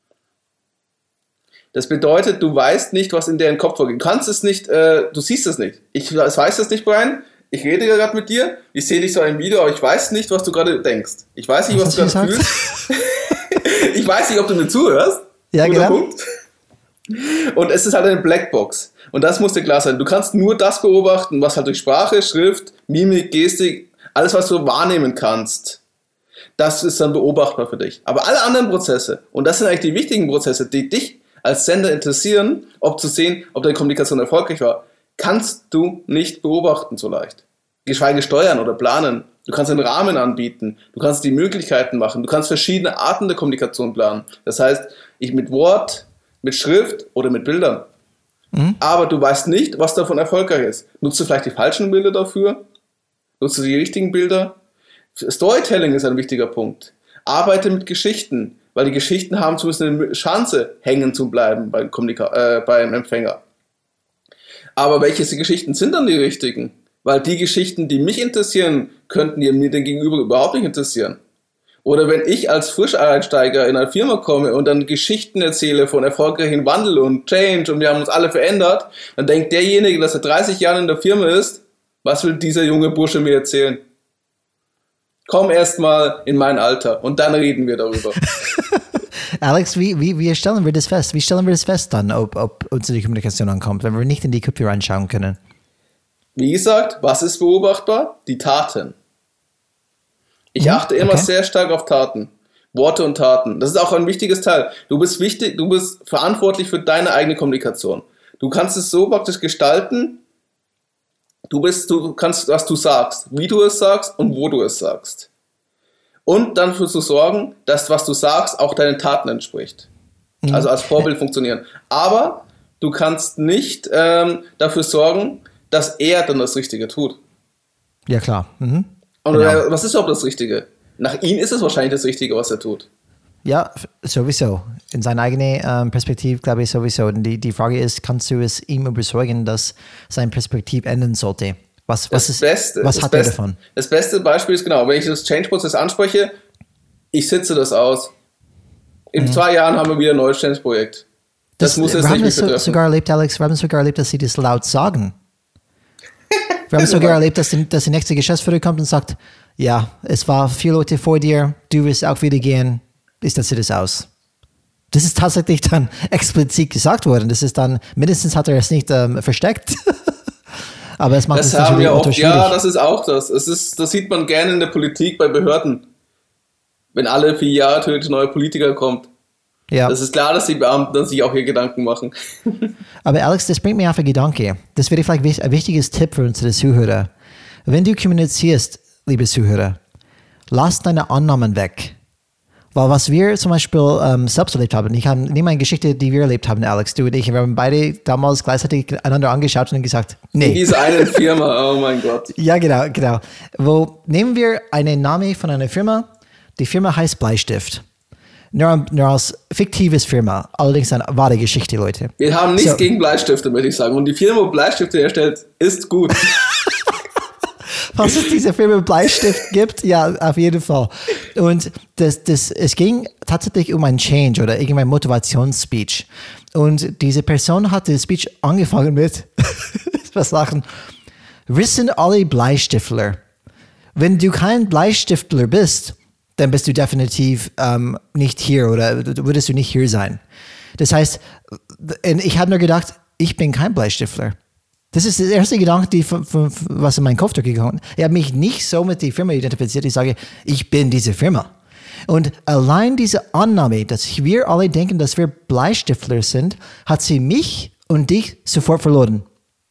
Das bedeutet, du weißt nicht, was in deren Kopf vorgeht. Du kannst es nicht, du siehst es nicht. Ich weiß das nicht, Brian. Ich rede ja gerade mit dir. Ich sehe dich so im Video, aber ich weiß nicht, was du gerade denkst. Ich weiß nicht, was du gerade fühlst. Ich weiß nicht, ob du mir zuhörst. Ja, genau. Punkt. Und es ist halt eine Blackbox. Und das muss dir klar sein. Du kannst nur das beobachten, was halt durch Sprache, Schrift, Mimik, Gestik, alles, was du wahrnehmen kannst, das ist dann beobachtbar für dich. Aber alle anderen Prozesse, und das sind eigentlich die wichtigen Prozesse, die dich als Sender interessieren, ob zu sehen, ob deine Kommunikation erfolgreich war, kannst du nicht beobachten so leicht. Geschweige steuern oder planen. Du kannst einen Rahmen anbieten, du kannst die Möglichkeiten machen, du kannst verschiedene Arten der Kommunikation planen. Das heißt, mit Wort, mit Schrift oder mit Bildern. Aber du weißt nicht, was davon erfolgreich ist. Nutzt du vielleicht die falschen Bilder dafür? Nutzt du die richtigen Bilder? Storytelling ist ein wichtiger Punkt. Arbeite mit Geschichten, weil die Geschichten haben zumindest eine Chance, hängen zu bleiben beim Empfänger. Aber welche Geschichten sind dann die richtigen? Weil die Geschichten, die mich interessieren, könnten mir den Gegenüber überhaupt nicht interessieren. Oder wenn ich als Frischeinsteiger in eine Firma komme und dann Geschichten erzähle von erfolgreichen Wandel und Change und wir haben uns alle verändert, dann denkt derjenige, der seit 30 Jahren in der Firma ist, was will dieser junge Bursche mir erzählen? Komm erst mal in mein Alter und dann reden wir darüber. Alex, wie stellen wir das fest? Wie stellen wir das fest dann, ob unsere Kommunikation ankommt, wenn wir nicht in die Köpfe reinschauen können? Wie gesagt, was ist beobachtbar? Die Taten. Ich achte immer sehr stark auf Taten. Worte und Taten. Das ist auch ein wichtiges Teil. Du bist verantwortlich für deine eigene Kommunikation. Du kannst es so praktisch gestalten, du kannst, was du sagst, wie du es sagst und wo du es sagst. Und dann dafür zu sorgen, dass was du sagst auch deinen Taten entspricht. Also als Vorbild funktionieren. Aber du kannst nicht dafür sorgen, dass er dann das Richtige tut. Ja, klar. Mhm. Und was ist überhaupt das Richtige? Nach ihm ist es wahrscheinlich das Richtige, was er tut. Ja, sowieso. In seiner eigenen Perspektive glaube ich sowieso. Und die Frage ist, kannst du es ihm überzeugen, dass sein Perspektiv ändern sollte? Was hat er davon? Das beste Beispiel ist genau, wenn ich das Change-Prozess anspreche, ich sitze das aus. In 2 Jahren haben wir wieder ein neues Change-Projekt. Das muss jetzt nicht betreffen. Sogar erlebt, Alex, wir haben sogar erlebt, dass sie das laut sagen. Wir haben sogar erlebt, dass die nächste Geschäftsführer kommt und sagt, ja, es war 4 Leute vor dir, du wirst auch wieder gehen, ich setze das aus. Das ist tatsächlich dann explizit gesagt worden. Das ist dann, mindestens hat er es nicht versteckt. Aber es macht es natürlich auch schwierig. Ja, das ist auch das. Das sieht man gerne in der Politik bei Behörden. Wenn alle 4 Jahre theoretisch neue Politiker kommt. Ja. Das ist klar, dass die Beamten dann sich auch hier Gedanken machen. Aber Alex, das bringt mir auf einen Gedanke. Das wäre vielleicht ein wichtiges Tipp für unsere Zuhörer. Wenn du kommunizierst, liebe Zuhörer, lass deine Annahmen weg. Weil was wir zum Beispiel selbst erlebt haben, ich nehme eine Geschichte, die wir erlebt haben, Alex, du und ich, wir haben beide damals gleichzeitig einander angeschaut und gesagt, nee. In dieser einen Firma, oh mein Gott. Ja, genau. Nehmen wir einen Namen von einer Firma, die Firma heißt Bleistift. Nur als fiktives Firma, allerdings eine wahre Geschichte, Leute. Wir haben nichts gegen Bleistifte, würde ich sagen. Und die Firma, wo Bleistifte herstellt, ist gut. Falls es diese Firma Bleistift gibt, ja, auf jeden Fall. Und es ging tatsächlich um ein Change oder irgendein Motivationsspeech. Und diese Person hat den Speech angefangen mit, was lachen, wissen alle Bleistiftler. Wenn du kein Bleistiftler bist, dann bist du definitiv nicht hier oder würdest du nicht hier sein. Das heißt, ich habe nur gedacht, ich bin kein Bleistiftler. Das ist der erste Gedanke, was in meinen Kopf durchgegangen ist. Ich habe mich nicht so mit der Firma identifiziert. Ich sage, ich bin diese Firma. Und allein diese Annahme, dass wir alle denken, dass wir Bleistiftler sind, hat sie mich und dich sofort verloren.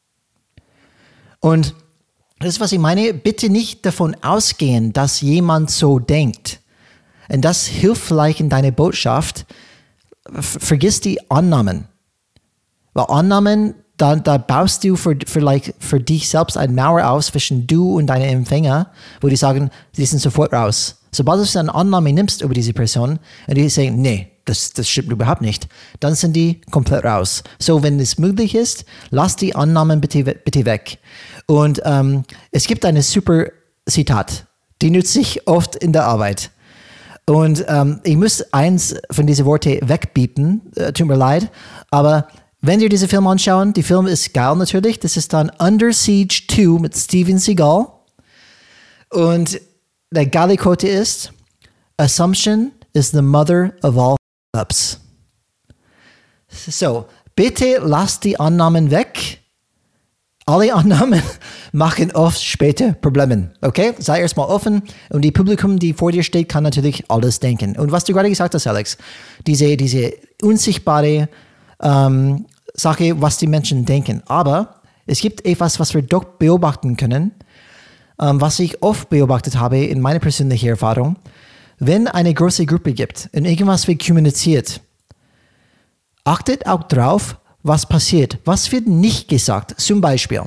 Und das ist, was ich meine. Bitte nicht davon ausgehen, dass jemand so denkt. Und das hilft vielleicht in deiner Botschaft. Vergiss die Annahmen. Weil Annahmen, da baust du für dich selbst eine Mauer aus zwischen du und deinem Empfänger, wo die sagen, sie sind sofort raus. Sobald du eine Annahme nimmst über diese Person und die sagen, nee, das stimmt überhaupt nicht, dann sind die komplett raus. So, wenn es möglich ist, lass die Annahmen bitte weg. Und es gibt eine super Zitat, die nutze ich oft in der Arbeit. Und ich muss eins von diesen Worten wegbiepen, tut mir leid, aber wenn ihr diesen Film anschauen, der Film ist geil natürlich, das ist dann Under Siege 2 mit Steven Seagal. Und der geile Quote ist, Assumption is the mother of all ups. So, bitte lasst die Annahmen weg. Alle Annahmen machen oft später Probleme, okay? Sei erstmal offen und die Publikum, die vor dir steht, kann natürlich alles denken. Und was du gerade gesagt hast, Alex, diese unsichtbare Sache, was die Menschen denken. Aber es gibt etwas, was wir doch beobachten können, was ich oft beobachtet habe in meiner persönlichen Erfahrung. Wenn eine große Gruppe gibt und irgendwas wird kommuniziert, achtet auch drauf, was passiert. Was wird nicht gesagt? Zum Beispiel,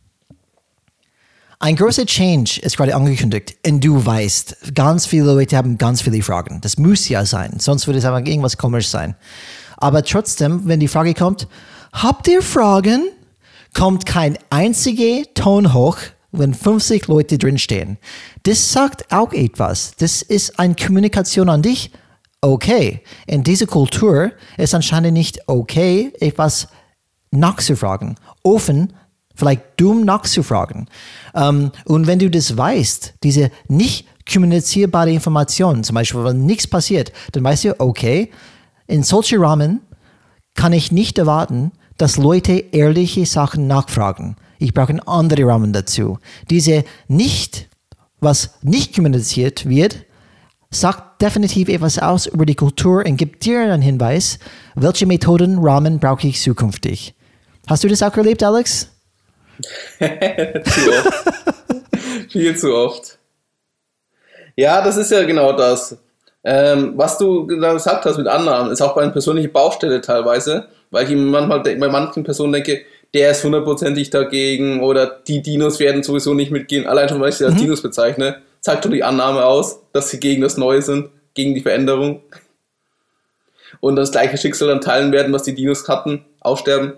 ein großer Change ist gerade angekündigt und du weißt, ganz viele Leute haben ganz viele Fragen. Das muss ja sein, sonst würde es einfach irgendwas komisch sein. Aber trotzdem, wenn die Frage kommt, habt ihr Fragen? Kommt kein einziger Ton hoch, wenn 50 Leute drinstehen. Das sagt auch etwas. Das ist eine Kommunikation an dich. Okay, in dieser Kultur ist anscheinend nicht okay, etwas nachzufragen. Offen, vielleicht dumm nachzufragen. Und wenn du das weißt, diese nicht kommunizierbare Information, zum Beispiel, wenn nichts passiert, dann weißt du, okay, in solchen Rahmen kann ich nicht erwarten, dass Leute ehrliche Sachen nachfragen. Ich brauche einen anderen Rahmen dazu. Was nicht kommuniziert wird, sagt definitiv etwas aus über die Kultur und gibt dir einen Hinweis, welche Methoden, Rahmen brauche ich zukünftig. Hast du das auch erlebt, Alex? Zu oft. Viel zu oft. Ja, das ist ja genau das. Was du gesagt hast mit Annahmen, ist auch bei einer persönlichen Baustelle teilweise, weil ich manchmal bei manchen Personen denke, der ist 100%ig dagegen oder die Dinos werden sowieso nicht mitgehen. Allein schon, weil ich sie als Dinos bezeichne, zeigt schon die Annahme aus, dass sie gegen das Neue sind, gegen die Veränderung und das gleiche Schicksal dann teilen werden, was die Dinos hatten, aussterben.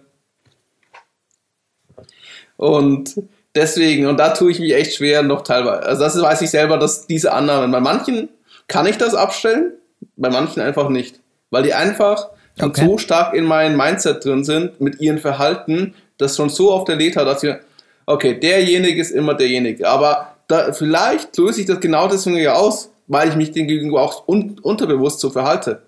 Und deswegen, und da tue ich mich echt schwer noch teilweise. Also das weiß ich selber, dass diese Annahmen, bei manchen kann ich das abstellen, bei manchen einfach nicht. Weil die einfach schon so stark in meinem Mindset drin sind, mit ihrem Verhalten, das schon so oft erlebt hat, dass wir, okay, derjenige ist immer derjenige. Aber vielleicht löse ich das genau deswegen ja aus, weil ich mich dem gegenüber auch unterbewusst so verhalte.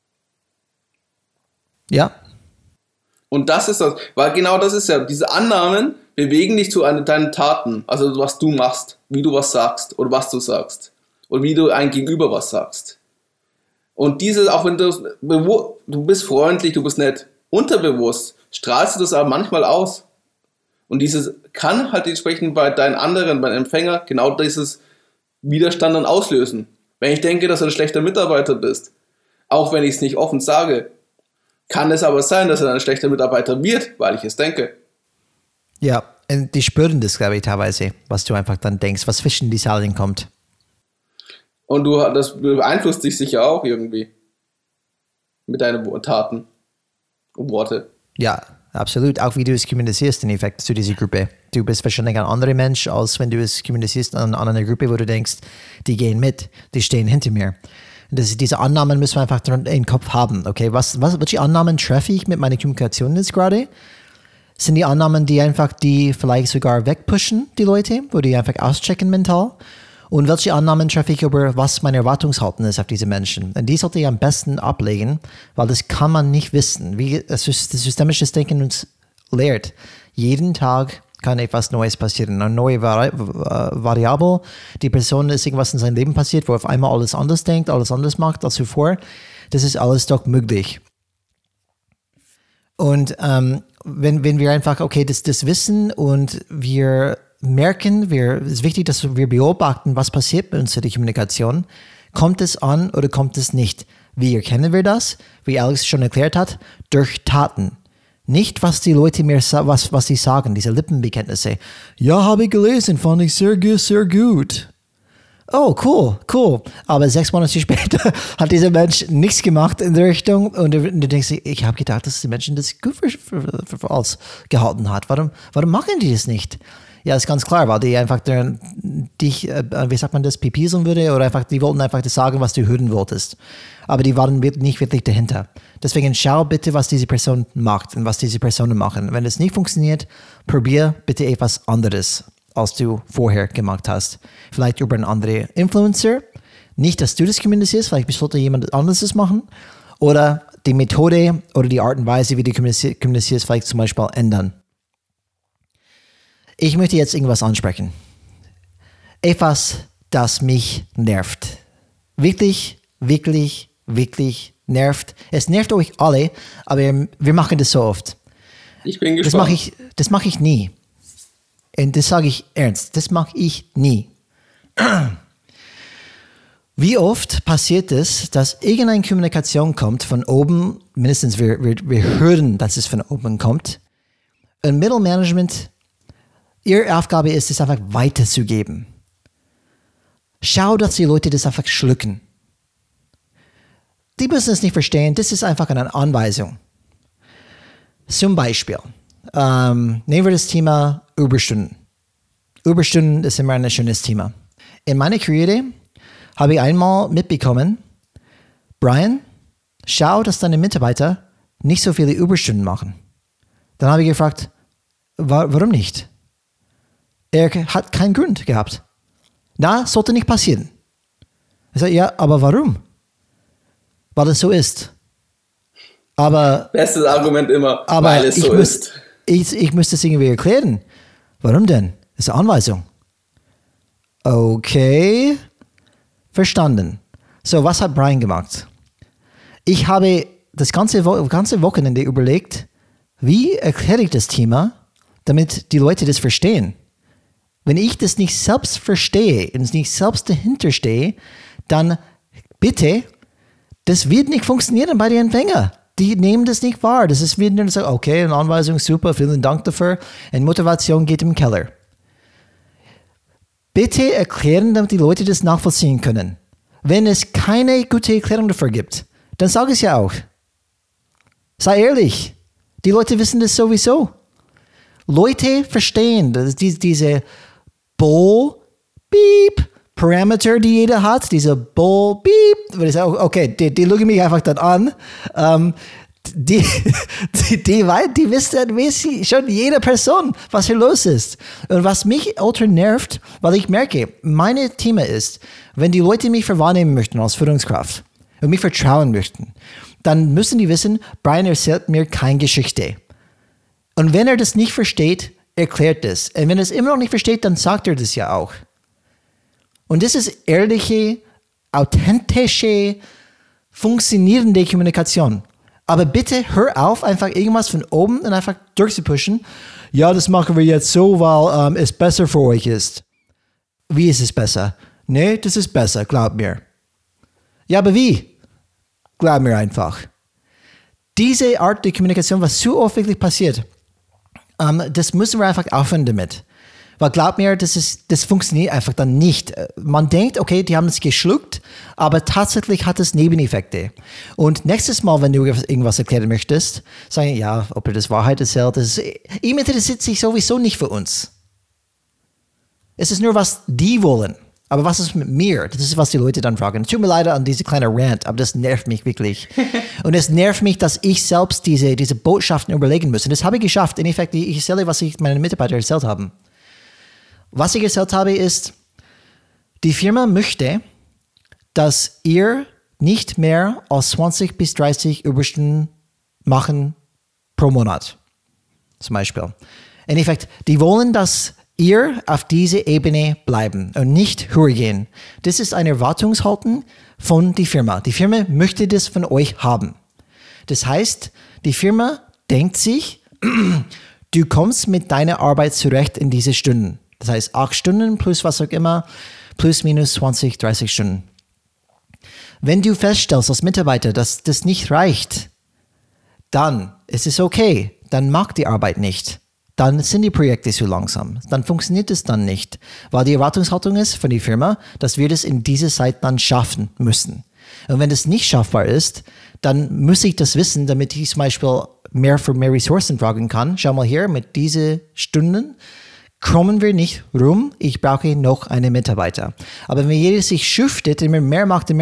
Ja. Und das ist das, weil genau das ist ja, diese Annahmen bewegen dich zu deinen Taten, also was du machst, wie du was sagst oder was du sagst und wie du einem Gegenüber was sagst. Und diese, auch wenn du bist freundlich, du bist nett, unterbewusst strahlst du das aber manchmal aus. Und dieses kann halt entsprechend bei deinen anderen, beim Empfänger, genau dieses Widerstand dann auslösen. Wenn ich denke, dass du ein schlechter Mitarbeiter bist, auch wenn ich es nicht offen sage, kann es aber sein, dass er ein schlechter Mitarbeiter wird, weil ich es denke. Ja, und die spüren das, glaube ich, teilweise, was du einfach dann denkst, was zwischen die Zeilen kommt. Und das beeinflusst dich sicher auch irgendwie mit deinen Taten und Worte. Ja, absolut. Auch wie du es kommunizierst, in Effekt, zu dieser Gruppe. Du bist wahrscheinlich ein anderer Mensch, als wenn du es kommunizierst an einer Gruppe, wo du denkst, die gehen mit, die stehen hinter mir. Diese Annahmen müssen wir einfach in den Kopf haben. Okay, welche Annahmen treffe ich mit meiner Kommunikation jetzt gerade? Sind die Annahmen, die vielleicht sogar wegpushen, die Leute, wo die einfach auschecken mental? Und welche Annahmen treffe ich über, was meine Erwartungshaltung ist auf diese Menschen? Und die sollte ich am besten ablegen, weil das kann man nicht wissen. Wie das systemische Denken uns lehrt. Jeden Tag kann etwas Neues passieren. Eine neue Variable. Die Person ist irgendwas in seinem Leben passiert, wo auf einmal alles anders denkt, alles anders macht als zuvor. Das ist alles doch möglich. Und wenn wir einfach, okay, das wissen und wir merken, es ist wichtig, dass wir beobachten, was passiert bei uns in der Kommunikation. Kommt es an oder kommt es nicht? Wie erkennen wir das? Wie Alex schon erklärt hat, durch Taten. Nicht, was die Leute mir was sie sagen, diese Lippenbekenntnisse. Ja, habe ich gelesen, fand ich sehr gut. Oh, cool. Aber 6 Monate später hat dieser Mensch nichts gemacht in der Richtung und du denkst, ich habe gedacht, dass die Menschen das gut für falsch gehalten hat. Warum machen die das nicht? Ja, ist ganz klar, weil die einfach dich, wie sagt man das, pipieseln würde oder einfach, die wollten einfach das sagen, was du hören wolltest. Aber die waren nicht wirklich dahinter. Deswegen schau bitte, was diese Person macht und was diese Personen machen. Wenn es nicht funktioniert, probier bitte etwas anderes, als du vorher gemacht hast. Vielleicht über einen anderen Influencer. Nicht, dass du das kommunizierst, vielleicht sollte jemand anderes das machen. Oder die Methode oder die Art und Weise, wie du kommunizierst, vielleicht zum Beispiel ändern. Ich möchte jetzt irgendwas ansprechen. Etwas, das mich nervt. Wirklich nervt. Es nervt euch alle, aber wir machen das so oft. Ich bin gespannt. Das mache ich nie. Und das sage ich ernst. Das mache ich nie. Wie oft passiert es, dass irgendeine Kommunikation kommt von oben, mindestens wir hören, dass es von oben kommt, und Mittelmanagement, ihre Aufgabe ist es einfach weiterzugeben. Schau, dass die Leute das einfach schlucken. Die müssen es nicht verstehen, das ist einfach eine Anweisung. Zum Beispiel, nehmen wir das Thema Überstunden. Überstunden ist immer ein schönes Thema. In meiner Karriere habe ich einmal mitbekommen, Brian, schau, dass deine Mitarbeiter nicht so viele Überstunden machen. Dann habe ich gefragt, warum nicht? Er hat keinen Grund gehabt. Na, sollte nicht passieren. Ich sage, ja, aber warum? Weil es so ist. Aber bestes Argument immer, weil es so ist. Ich müsste es irgendwie erklären. Warum denn? Das ist eine Anweisung. Okay. Verstanden. So, was hat Brian gemacht? Ich habe das ganze Wochenende überlegt, wie erkläre ich das Thema, damit die Leute das verstehen. Wenn ich das nicht selbst verstehe und nicht selbst dahinter stehe, dann bitte, das wird nicht funktionieren bei den Empfängern. Die nehmen das nicht wahr. Das ist wieder so, okay, eine Anweisung, super, vielen Dank dafür. Und Motivation geht im Keller. Bitte erklären, damit die Leute das nachvollziehen können. Wenn es keine gute Erklärung dafür gibt, dann sag es ja auch. Sei ehrlich. Die Leute wissen das sowieso. Leute verstehen, dass diese Parameter, die jeder hat, diese würde ich sagen, okay, die schauen mich einfach dann an. Die wissen schon jede Person, was hier los ist. Und was mich ultra nervt, weil ich merke, meine Thema ist, wenn die Leute mich wahrnehmen möchten als Führungskraft und mich vertrauen möchten, dann müssen die wissen, Brian erzählt mir keine Geschichte. Und wenn er das nicht versteht, erklärt es. Und wenn er es immer noch nicht versteht, dann sagt er das ja auch. Und das ist ehrliche, authentische funktionierende Kommunikation. Aber bitte hör auf, einfach irgendwas von oben und einfach durchzupushen. Ja, das machen wir jetzt so, weil es besser für euch ist. Wie ist es besser? Nee, das ist besser, glaub mir. Ja, aber wie? Glaub mir einfach. Diese Art der Kommunikation, was so oft wirklich passiert, das müssen wir einfach aufhören damit. Weil glaub mir, das funktioniert einfach dann nicht. Man denkt, okay, die haben es geschluckt, aber tatsächlich hat es Nebeneffekte. Und nächstes Mal, wenn du irgendwas erklären möchtest, sagen, ja, ob er das Wahrheit erzählt, ihm interessiert sich sowieso nicht für uns. Es ist nur, was die wollen. Aber was ist mit mir? Das ist, was die Leute dann fragen. Tut mir leid an diese kleine Rant, aber das nervt mich wirklich. Und es nervt mich, dass ich selbst diese Botschaften überlegen muss. Und das habe ich geschafft. In Effekt, ich erzähle, was ich meinen Mitarbeitern erzählt habe. Was ich erzählt habe, ist, die Firma möchte, dass ihr nicht mehr als 20 bis 30 Überstunden machen pro Monat. Zum Beispiel. In Effekt, die wollen, dass ihr auf diese Ebene bleiben und nicht höher gehen. Das ist eine Erwartungshaltung von der Firma. Die Firma möchte das von euch haben. Das heißt, die Firma denkt sich, du kommst mit deiner Arbeit zurecht in diese Stunden. Das heißt 8 Stunden plus was auch immer, plus minus 20, 30 Stunden. Wenn du feststellst als Mitarbeiter, dass das nicht reicht, dann ist es okay. Dann mag die Arbeit nicht. Dann sind die Projekte zu langsam. Dann funktioniert es dann nicht. Weil die Erwartungshaltung ist von der Firma, dass wir das in dieser Zeit dann schaffen müssen. Und wenn das nicht schaffbar ist, dann muss ich das wissen, damit ich zum Beispiel mehr für mehr Ressourcen fragen kann. Schau mal hier, mit diesen Stunden kommen wir nicht rum, ich brauche noch einen Mitarbeiter. Aber wenn jeder sich schuftet, immer mehr macht,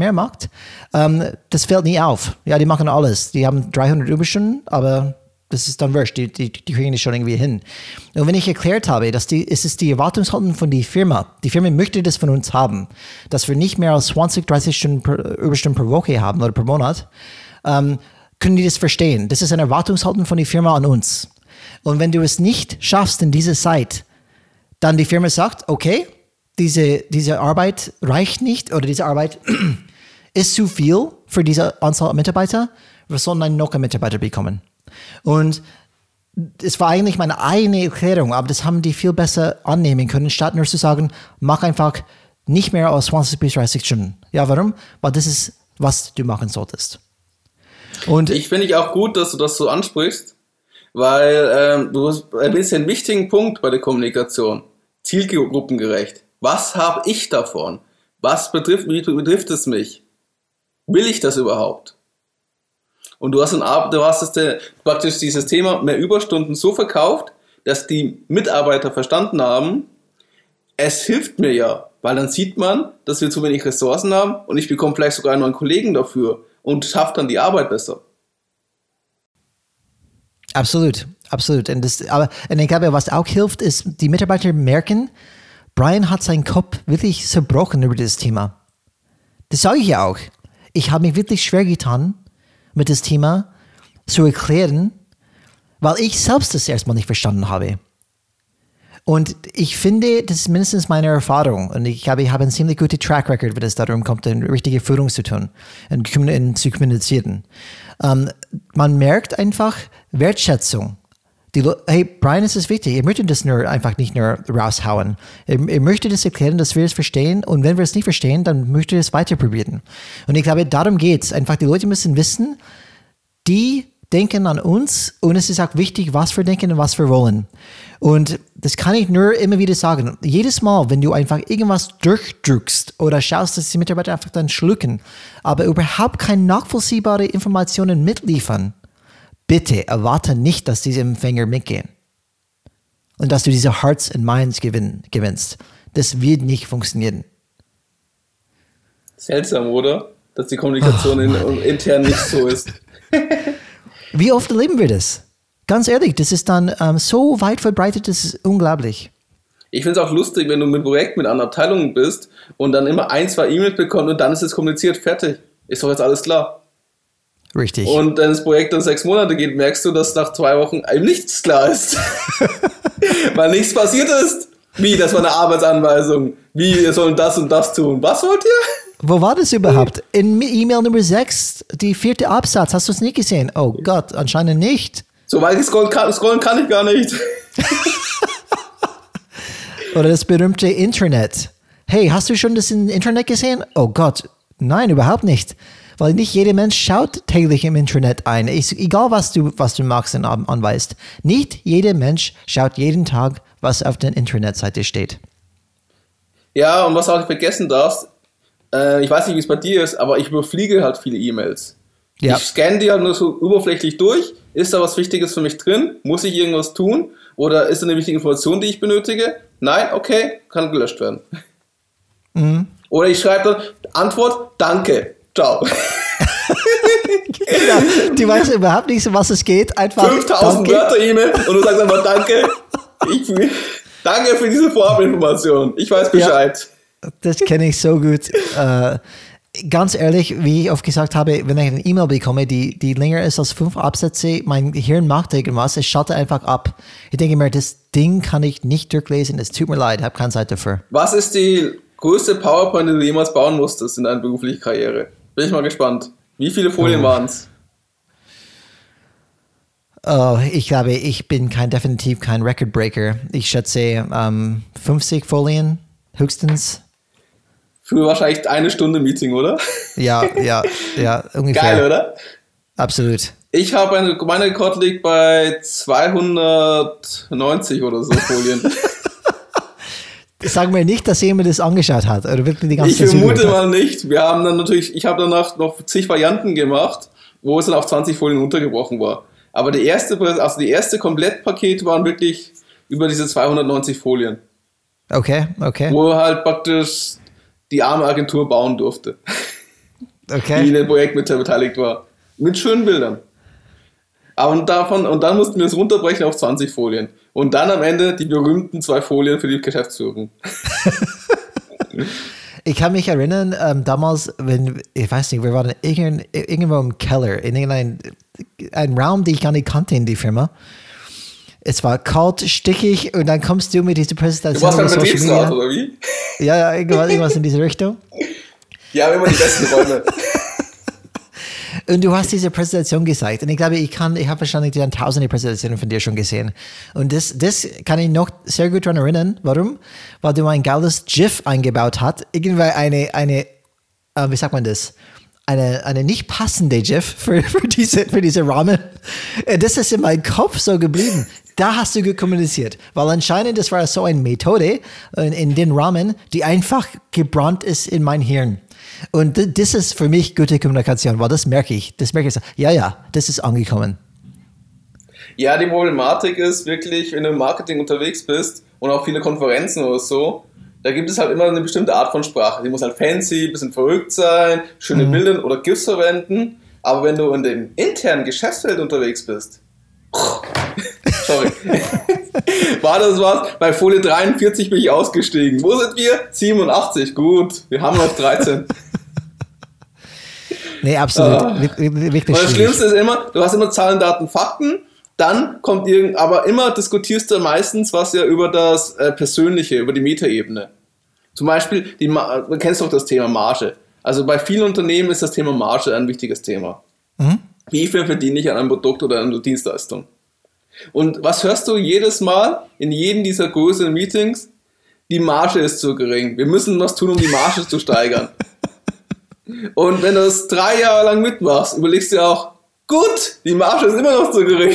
das fällt nie auf. Ja, die machen alles. Die haben 300 Überstunden, aber das ist dann wurscht, die kriegen das schon irgendwie hin. Und wenn ich erklärt habe, es ist die Erwartungshaltung von der Firma. Die Firma möchte das von uns haben, dass wir nicht mehr als 20, 30 Überstunden pro Woche haben oder pro Monat, können die das verstehen. Das ist eine Erwartungshaltung von der Firma an uns. Und wenn du es nicht schaffst in dieser Zeit, dann die Firma sagt, okay, diese Arbeit reicht nicht oder diese Arbeit ist zu viel für diese Anzahl Mitarbeiter, wir sollen noch einen Mitarbeiter bekommen. Und es war eigentlich meine eigene Erklärung, aber das haben die viel besser annehmen können, statt nur zu sagen, mach einfach nicht mehr als 20 bis 30 Stunden. Ja, warum? Weil das ist, was du machen solltest. Und ich finde auch gut, dass du das so ansprichst, weil du hast ein bisschen einen wichtigen Punkt bei der Kommunikation. Zielgruppengerecht. Was habe ich davon? Wie betrifft es mich? Will ich das überhaupt? Und du hast praktisch dieses Thema mehr Überstunden so verkauft, dass die Mitarbeiter verstanden haben, es hilft mir ja, weil dann sieht man, dass wir zu wenig Ressourcen haben und ich bekomme vielleicht sogar einen neuen Kollegen dafür und schaffe dann die Arbeit besser. Absolut, absolut. Und ich glaube, was auch hilft, ist, die Mitarbeiter merken, Brian hat seinen Kopf wirklich zerbrochen über das Thema. Das sage ich ja auch. Ich habe mich wirklich schwer getan, mit das Thema zu erklären, weil ich selbst das erstmal nicht verstanden habe. Und ich finde, das ist mindestens meine Erfahrung. Und ich habe einen ziemlich guten Track Record, wenn es darum kommt, eine richtige Führung zu tun und zu kommunizieren. Man merkt einfach Wertschätzung. Hey, Brian, es ist wichtig. Er möchte das nicht nur raushauen. Er möchte das erklären, dass wir es verstehen. Und wenn wir es nicht verstehen, dann möchte er es weiter probieren. Und ich glaube, darum geht's. Einfach, die Leute müssen wissen, die denken an uns und es ist auch wichtig, was wir denken und was wir wollen. Und das kann ich nur immer wieder sagen. Jedes Mal, wenn du einfach irgendwas durchdrückst oder schaust, dass die Mitarbeiter einfach dann schlucken, aber überhaupt keine nachvollziehbare Informationen mitliefern, bitte erwarte nicht, dass diese Empfänger mitgehen. Und dass du diese Hearts and Minds gewinnst. Das wird nicht funktionieren. Seltsam, oder? Dass die Kommunikation intern nicht so ist. Wie oft erleben wir das? Ganz ehrlich, das ist dann so weit verbreitet, das ist unglaublich. Ich finde es auch lustig, wenn du mit Projekt mit anderen Abteilungen bist und dann immer 1, 2 E-Mails bekommst und dann ist es kommuniziert, fertig. Ist doch jetzt alles klar. Richtig. Und wenn das Projekt dann 6 Monate geht, merkst du, dass nach 2 Wochen einem nichts klar ist. Weil nichts passiert ist. Wie, das war eine Arbeitsanweisung. Wie, ihr sollt das und das tun. Was wollt ihr? Wo war das überhaupt? In E-Mail Nummer 6, die 4. Absatz. Hast du es nicht gesehen? Oh Gott, anscheinend nicht. So weit scrollen kann ich gar nicht. Oder das berühmte Internet. Hey, hast du schon das im Internet gesehen? Oh Gott, nein, überhaupt nicht. Weil nicht jeder Mensch schaut täglich im Internet ein. Egal, was du magst und anweist. Nicht jeder Mensch schaut jeden Tag, was auf der Internetseite steht. Ja, und was du auch nicht vergessen darfst, ich weiß nicht, wie es bei dir ist, aber ich überfliege halt viele E-Mails. Ja. Ich scanne die halt nur so oberflächlich durch. Ist da was Wichtiges für mich drin? Muss ich irgendwas tun? Oder ist da eine wichtige Information, die ich benötige? Nein, okay, kann gelöscht werden. Mhm. Oder ich schreibe dann, Antwort, danke, ciao. Genau. Die weiß überhaupt nicht, um was es geht. Einfach 5000 Wörter E-Mail und du sagst einfach danke. Danke für diese Vorabinformation. Ich weiß Bescheid. Ja. Das kenne ich so gut. Ganz ehrlich, wie ich oft gesagt habe, wenn ich eine E-Mail bekomme, die länger ist als 5 Absätze, mein Hirn macht irgendwas, es schaltet einfach ab. Ich denke mir, das Ding kann ich nicht durchlesen, es tut mir leid, ich habe keine Zeit dafür. Was ist die größte PowerPoint, die du jemals bauen musstest in deiner beruflichen Karriere? Bin ich mal gespannt. Wie viele Folien waren es? Oh, ich glaube, ich bin definitiv kein Record Breaker. Ich schätze 50 Folien höchstens. Für wahrscheinlich 1 Stunde Meeting, oder? Ja, ungefähr. Geil, oder? Absolut. Ich habe mein Rekord liegt bei 290 oder so Folien. Sag mir nicht, dass jemand das angeschaut hat. Oder wirklich die ganze Ich vermute mal nicht. Ich habe danach noch zig Varianten gemacht, wo es dann auf 20 Folien untergebrochen war. Aber die erste Komplettpaket waren wirklich über diese 290 Folien. Okay. Wo halt praktisch die arme Agentur bauen durfte. Okay. Die in dem Projekt mit beteiligt war. Mit schönen Bildern. Und dann mussten wir es runterbrechen auf 20 Folien. Und dann am Ende die berühmten 2 Folien für die Geschäftsführung. Ich kann mich erinnern, damals, ich weiß nicht, wir waren irgendwo im Keller, in einem Raum, den ich gar nicht kannte in die Firma. Es war kalt, stickig und dann kommst du mit dieser Präsentation. Du warst beim Betriebsrat, oder wie? Ja, irgendwas in diese Richtung. Ja, immer die besten Räume. Und du hast diese Präsentation gezeigt. Und ich glaube, ich habe wahrscheinlich dann tausende Präsentationen von dir schon gesehen. Und das kann ich noch sehr gut daran erinnern. Warum? Weil du ein geiles GIF eingebaut hast. Irgendwie eine wie sagt man das? Eine nicht passende GIF für diese Rahmen. Das ist in meinem Kopf so geblieben. Da hast du gut kommuniziert. Weil anscheinend, das war so eine Methode in den Rahmen, die einfach gebrannt ist in mein Hirn. Und das ist für mich gute Kommunikation, weil das merke ich. Ja, das ist angekommen. Ja, die Problematik ist wirklich, wenn du im Marketing unterwegs bist und auch viele Konferenzen oder so, da gibt es halt immer eine bestimmte Art von Sprache. Die muss halt fancy, ein bisschen verrückt sein, schöne Bilder oder GIFs verwenden. Aber wenn du in dem internen Geschäftsfeld unterwegs bist, sorry, war das was? Bei Folie 43 bin ich ausgestiegen. Wo sind wir? 87, gut. Wir haben noch 13. Nee, absolut. Wirklich und das Schlimmste ist immer, du hast immer Zahlen, Daten, Fakten, dann kommt aber immer diskutierst du meistens was ja über das Persönliche, über die Metaebene. Zum Beispiel, du kennst doch das Thema Marge. Also bei vielen Unternehmen ist das Thema Marge ein wichtiges Thema. Mhm. Wie viel verdiene ich an einem Produkt oder einer Dienstleistung? Und was hörst du jedes Mal in jedem dieser größeren Meetings? Die Marge ist zu gering. Wir müssen was tun, um die Marge zu steigern. Und wenn du das 3 Jahre lang mitmachst, überlegst du dir auch, gut, die Marge ist immer noch zu gering.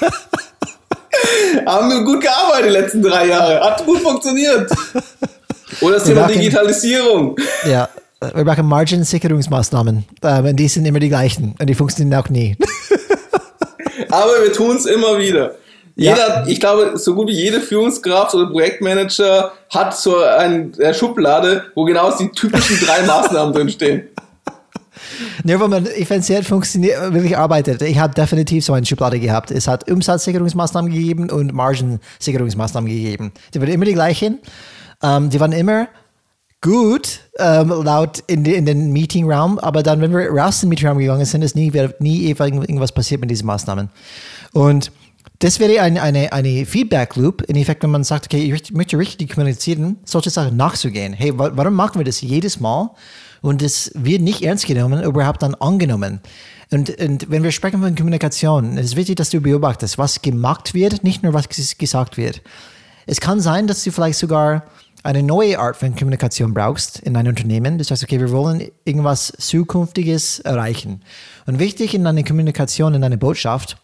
Haben wir gut gearbeitet die letzten 3 Jahre. Hat gut funktioniert. Oder das Thema Digitalisierung. Ja, wir machen Margensicherungsmaßnahmen. Die sind immer die gleichen und die funktionieren auch nie. Aber wir tun es immer wieder. Ich glaube, so gut wie jede Führungskraft oder Projektmanager hat so eine Schublade, wo genau die typischen 3 Maßnahmen drinstehen. Ja, weil man effizient funktioniert, wirklich arbeitet. Ich habe definitiv so eine Schublade gehabt. Es hat Umsatzsicherungsmaßnahmen gegeben und Margensicherungsmaßnahmen gegeben. Die waren immer die gleichen. Die waren immer gut, laut in den Meetingraum, aber dann, wenn wir raus in den Meetingraum gegangen sind, ist nie irgendwas passiert mit diesen Maßnahmen. Und das wäre eine Feedback-Loop. In Effekt, wenn man sagt, okay, ich möchte richtig kommunizieren, solche Sachen nachzugehen. Hey, warum machen wir das jedes Mal? Und es wird nicht ernst genommen, überhaupt dann angenommen. Und wenn wir sprechen von Kommunikation, es ist wichtig, dass du beobachtest, was gemacht wird, nicht nur was gesagt wird. Es kann sein, dass du vielleicht sogar eine neue Art von Kommunikation brauchst in deinem Unternehmen. Das heißt, okay, wir wollen irgendwas Zukünftiges erreichen. Und wichtig in deiner Kommunikation, in deiner Botschaft,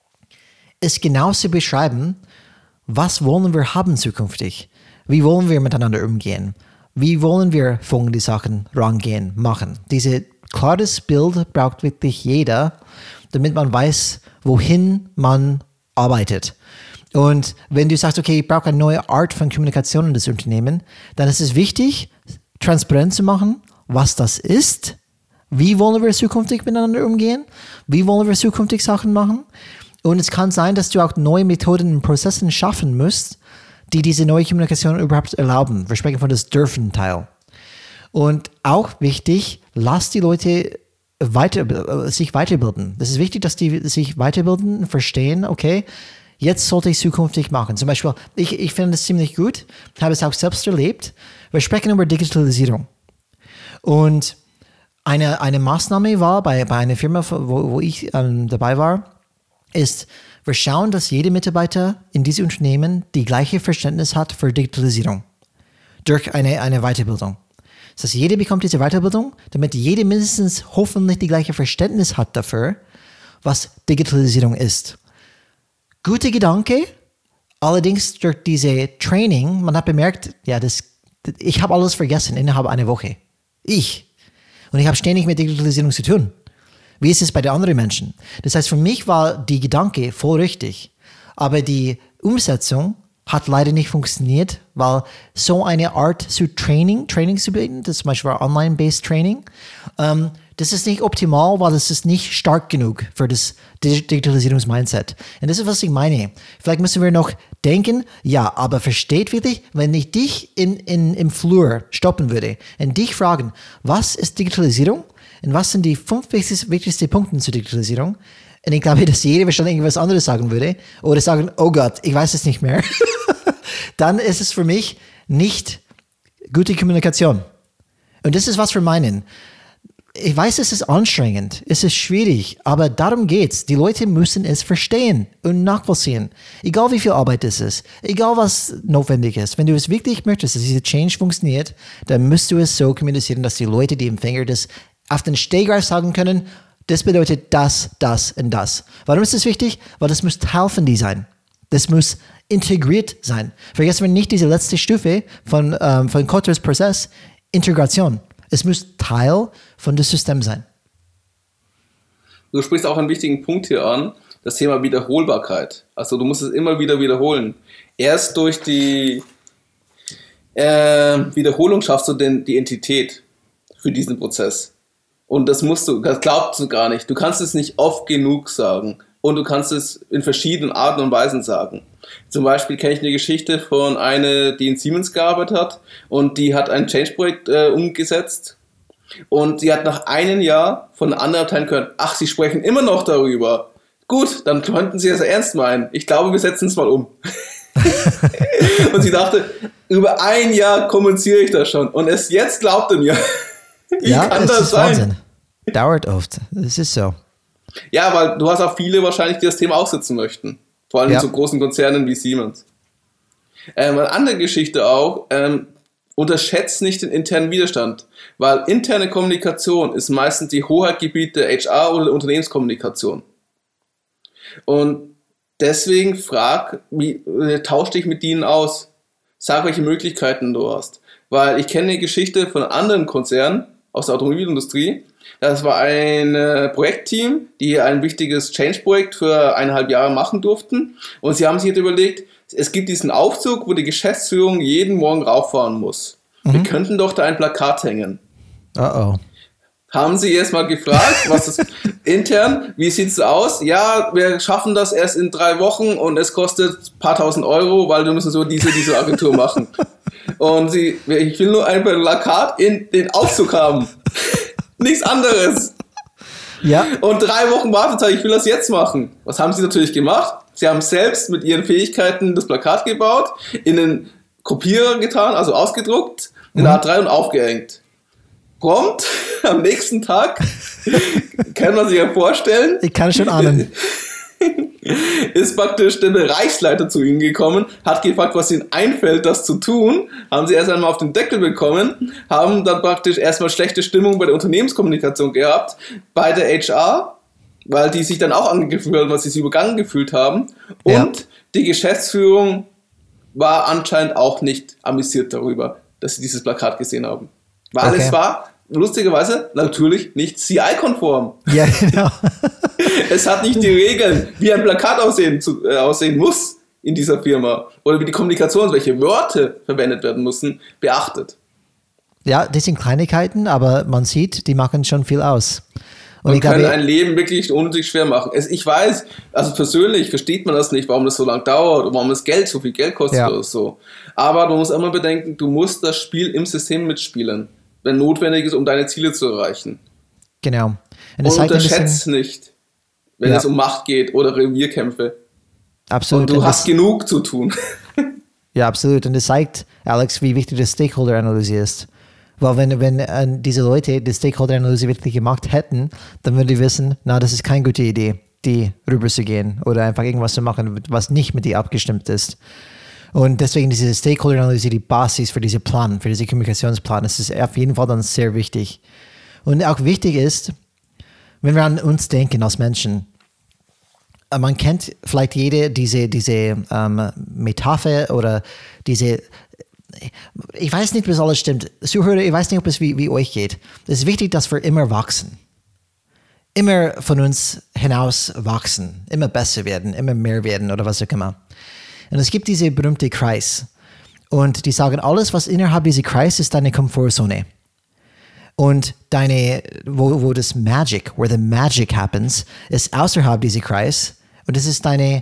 ist genau zu beschreiben, was wollen wir haben zukünftig? Wie wollen wir miteinander umgehen? Wie wollen wir folgende Sachen rangehen, machen? Dieses klares Bild braucht wirklich jeder, damit man weiß, wohin man arbeitet. Und wenn du sagst, okay, ich brauche eine neue Art von Kommunikation in das Unternehmen, dann ist es wichtig, transparent zu machen, was das ist, wie wollen wir zukünftig miteinander umgehen, wie wollen wir zukünftig Sachen machen. Und es kann sein, dass du auch neue Methoden und Prozessen schaffen musst, die diese neue Kommunikation überhaupt erlauben. Wir sprechen von das Dürfen-Teil. Und auch wichtig, lass die Leute sich weiterbilden. Das ist wichtig, dass die sich weiterbilden und verstehen, okay, jetzt sollte ich zukünftig machen. Zum Beispiel, ich finde das ziemlich gut, habe es auch selbst erlebt. Wir sprechen über Digitalisierung. Und eine Maßnahme war bei einer Firma, wo ich dabei war, ist, wir schauen, dass jeder Mitarbeiter in diesem Unternehmen die gleiche Verständnis hat für Digitalisierung durch eine Weiterbildung. Das heißt, jeder bekommt diese Weiterbildung, damit jeder mindestens hoffentlich die gleiche Verständnis hat dafür, was Digitalisierung ist. Guter Gedanke, allerdings durch diese Training, man hat bemerkt, ja, ich habe alles vergessen innerhalb einer Woche. Und ich habe ständig mit Digitalisierung zu tun. Wie ist es bei den anderen Menschen? Das heißt, für mich war die Gedanke voll richtig, aber die Umsetzung hat leider nicht funktioniert, weil so eine Art zu Training zu bilden, das zum Beispiel Online-Based Training, das ist nicht optimal, weil das ist nicht stark genug für das Digitalisierungs-Mindset. Und das ist, was ich meine. Vielleicht müssen wir noch denken, ja, aber versteht wirklich, wenn ich dich im Flur stoppen würde und dich fragen, was ist Digitalisierung und was sind die 5 wichtigsten Punkte zur Digitalisierung? Und ich glaube, dass jeder wahrscheinlich irgendwas anderes sagen würde oder sagen, oh Gott, ich weiß es nicht mehr. Dann ist es für mich nicht gute Kommunikation. Und das ist, was wir meinen. Ich weiß, es ist anstrengend, es ist schwierig, aber darum geht's. Die Leute müssen es verstehen und nachvollziehen. Egal wie viel Arbeit es ist, egal was notwendig ist. Wenn du es wirklich möchtest, dass diese Change funktioniert, dann musst du es so kommunizieren, dass die Leute, die Empfänger, das auf den Stegreif sagen können, das bedeutet das, das und das. Warum ist das wichtig? Weil das muss Teil von dir sein. Das muss integriert sein. Vergessen wir nicht diese letzte Stufe von Kotters Prozess, Integration. Es muss Teil von dem System sein. Du sprichst auch einen wichtigen Punkt hier an, das Thema Wiederholbarkeit. Also du musst es immer wieder wiederholen. Erst durch die Wiederholung schaffst du die Entität für diesen Prozess. Und das glaubst du gar nicht. Du kannst es nicht oft genug sagen. Und du kannst es in verschiedenen Arten und Weisen sagen. Zum Beispiel kenne ich eine Geschichte von einer, die in Siemens gearbeitet hat und die hat ein Change-Projekt umgesetzt und sie hat nach einem Jahr von einer anderen Abteilung gehört, ach, sie sprechen immer noch darüber. Gut, dann könnten sie das ernst meinen. Ich glaube, wir setzen es mal um. Und sie dachte, über ein Jahr kommuniziere ich das schon und es jetzt glaubt er mir. Wie kann das sein? Wahnsinn. Dauert oft. Das ist so. Ja, weil du hast auch viele wahrscheinlich, die das Thema aufsetzen möchten. Vor allem in so großen Konzernen wie Siemens. Eine andere Geschichte auch, unterschätzt nicht den internen Widerstand. Weil interne Kommunikation ist meistens die Hoheitsgebiet der HR oder der Unternehmenskommunikation. Und deswegen tausch dich mit denen aus. Sag, welche Möglichkeiten du hast. Weil ich kenne eine Geschichte von anderen Konzernen aus der Automobilindustrie. Das war ein Projektteam, die ein wichtiges Change-Projekt für 1,5 Jahre machen durften. Und sie haben sich jetzt überlegt, es gibt diesen Aufzug, wo die Geschäftsführung jeden Morgen rauffahren muss. Wir könnten doch da ein Plakat hängen. Haben sie erst mal gefragt, was ist intern, wie sieht es aus? Ja, wir schaffen das erst in 3 Wochen und es kostet ein paar tausend Euro, weil wir müssen so diese Agentur machen. Und ich will nur ein Plakat in den Aufzug haben. Nichts anderes. Ja. Und 3 Wochen Wartezeit, ich will das jetzt machen. Was haben sie natürlich gemacht? Sie haben selbst mit ihren Fähigkeiten das Plakat gebaut, in einen Kopierer getan, also ausgedruckt, in der A3 und aufgehängt. prompt am nächsten Tag, kann man sich ja vorstellen. Ich kann schon ahnen. Ist praktisch der Bereichsleiter zu ihnen gekommen, hat gefragt, was ihnen einfällt, das zu tun. Haben sie erst einmal auf den Deckel bekommen, haben dann praktisch erstmal schlechte Stimmung bei der Unternehmenskommunikation gehabt, bei der HR, weil die sich dann auch angegriffen haben, weil sie sich übergangen gefühlt haben. Und die Geschäftsführung war anscheinend auch nicht amüsiert darüber, dass sie dieses Plakat gesehen haben. Weil es war lustigerweise natürlich nicht CI-konform. Ja, genau. Es hat nicht die Regeln, wie ein Plakat aussehen muss in dieser Firma oder wie die Kommunikation, welche Wörter verwendet werden müssen, beachtet. Ja, das sind Kleinigkeiten, aber man sieht, die machen schon viel aus. Und die können ein Leben wirklich unnötig schwer machen. Ich weiß, also persönlich versteht man das nicht, warum das so lange dauert oder warum das Geld so viel Geld kostet oder so. Aber du musst immer bedenken, du musst das Spiel im System mitspielen, wenn notwendig ist, um deine Ziele zu erreichen. Genau. Und unterschätzt nicht, wenn es um Macht geht oder Revierkämpfe. Absolut. Und du hast genug zu tun. Ja, absolut. Und das zeigt, Alex, wie wichtig die Stakeholder-Analyse ist. Weil wenn diese Leute die Stakeholder-Analyse wirklich gemacht hätten, dann würden die wissen, das ist keine gute Idee, die rüber zu gehen oder einfach irgendwas zu machen, was nicht mit dir abgestimmt ist. Und deswegen ist diese Stakeholder-Analyse die Basis für diesen Plan, für diesen Kommunikationsplan. Das ist auf jeden Fall dann sehr wichtig. Und auch wichtig ist, wenn wir an uns denken als Menschen, man kennt vielleicht jede diese Metapher oder diese, ich weiß nicht, was alles stimmt. Zuhörer, ich weiß nicht, ob es wie euch geht. Es ist wichtig, dass wir immer wachsen. Immer von uns hinaus wachsen. Immer besser werden, immer mehr werden oder was auch immer. Und es gibt diese berühmte Kreis. Und die sagen, alles, was innerhalb dieser Kreis ist, deine Komfortzone. Und wo das Magic, where the magic happens, ist außerhalb dieser Kreis. Und das ist deine,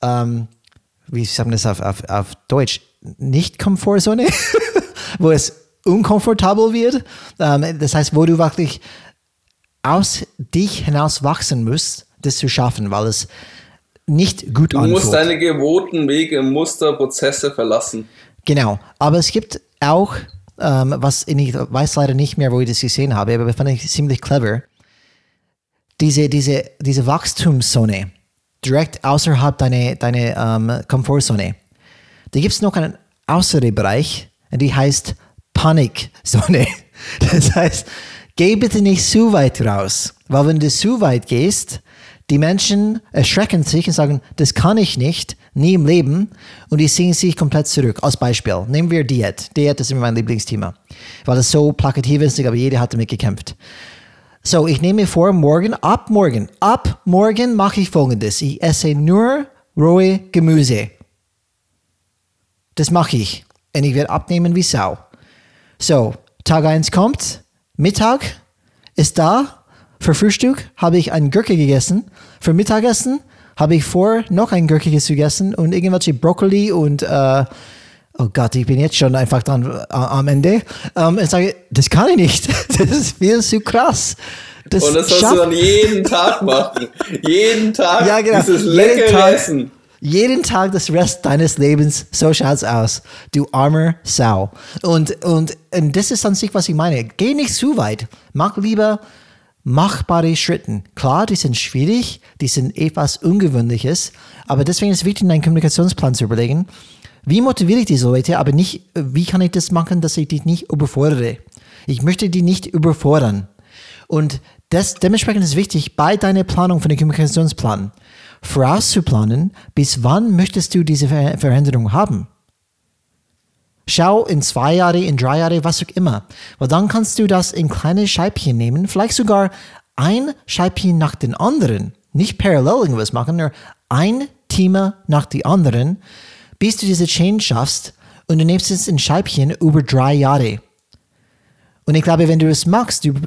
wie sagen wir das auf Deutsch, Nicht-Komfortzone, wo es unkomfortabel wird. Das heißt, wo du wirklich aus dich hinaus wachsen musst, das zu schaffen, weil es nicht gut anfühlt. Du musst deine gewohnten Wege, Muster, Prozesse verlassen. Genau, aber es gibt auch, ich weiß leider nicht mehr, wo ich das gesehen habe, aber fand ich ziemlich clever, diese Wachstumszone, direkt außerhalb deiner Komfortzone. Da gibt es noch einen äußeren Bereich, und die heißt Panikzone. Das heißt, geh bitte nicht zu weit raus, weil wenn du zu weit gehst, die Menschen erschrecken sich und sagen, das kann ich nicht, nie im Leben, und die ziehen sich komplett zurück. Als Beispiel, nehmen wir Diät. Diät ist immer mein Lieblingsthema, weil es so plakativ ist, aber jeder hat damit gekämpft. So, ich nehme mir vor, ab morgen mache ich Folgendes. Ich esse nur rohe Gemüse. Das mache ich. Und ich werde abnehmen wie Sau. So, Tag 1 kommt, Mittag ist da. Für Frühstück habe ich eine Gurke gegessen. Für Mittagessen habe ich vor, noch eine Gurke zu essen und irgendwelche Brokkoli und, oh Gott, ich bin jetzt schon einfach dann am Ende. Ich sage, das kann ich nicht. Das ist viel zu krass. Und das sollst du dann jeden Tag machen. Jeden Tag ja, genau. Dieses leckere Essen. Jeden Tag des Rest deines Lebens, so schaut's aus. Du armer Sau. Und das ist an sich, was ich meine. Geh nicht zu weit. Mach lieber machbare Schritte. Klar, die sind schwierig, die sind etwas Ungewöhnliches, aber deswegen ist es wichtig, einen Kommunikationsplan zu überlegen. Wie motiviere ich diese Leute, aber nicht, wie kann ich das machen, dass ich die nicht überfordere? Ich möchte die nicht überfordern. Und dementsprechend ist es wichtig, bei deiner Planung von dem Kommunikationsplan vorauszuplanen, bis wann möchtest du diese Veränderung haben. Schau in 2 Jahre, in 3 Jahre, was auch immer. Weil dann kannst du das in kleine Scheibchen nehmen, vielleicht sogar ein Scheibchen nach den anderen. Nicht parallel irgendwas machen, nur ein Thema nach dem anderen, bis du diese Change schaffst und du nimmst es in Scheibchen über 3 Jahre. Und ich glaube, wenn du das machst, du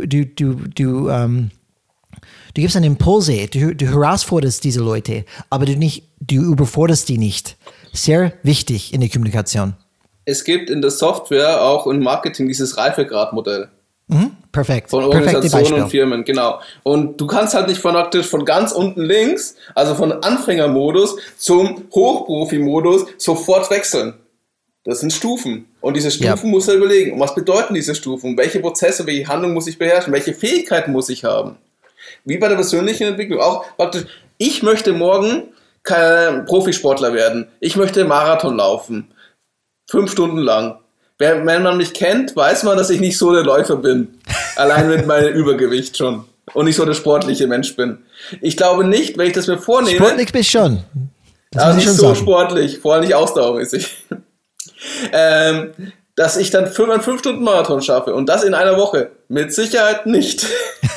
gibst einen Impulse, du herausforderst diese Leute, aber du überforderst die nicht. Sehr wichtig in der Kommunikation. Es gibt in der Software auch im Marketing dieses Reifegradmodell. Perfekt. Von Organisationen und Firmen, genau. Und du kannst halt nicht von ganz unten links, also von Anfängermodus zum Hochprofi-Modus sofort wechseln. Das sind Stufen. Und diese Stufen muss er überlegen. Und was bedeuten diese Stufen? Welche Prozesse, welche Handlung muss ich beherrschen? Welche Fähigkeiten muss ich haben? Wie bei der persönlichen Entwicklung. Auch praktisch, ich möchte morgen kein Profisportler werden. Ich möchte Marathon laufen. 5 Stunden lang. Wenn man mich kennt, weiß man, dass ich nicht so der Läufer bin. Allein mit meinem Übergewicht schon. Und nicht so der sportliche Mensch bin. Ich glaube nicht, wenn ich das mir vornehme... Sportlich bist du schon. Aber nicht so sportlich, vor allem nicht ausdauermäßig. Dass ich dann 5 Stunden Marathon schaffe und das in einer Woche. Mit Sicherheit nicht.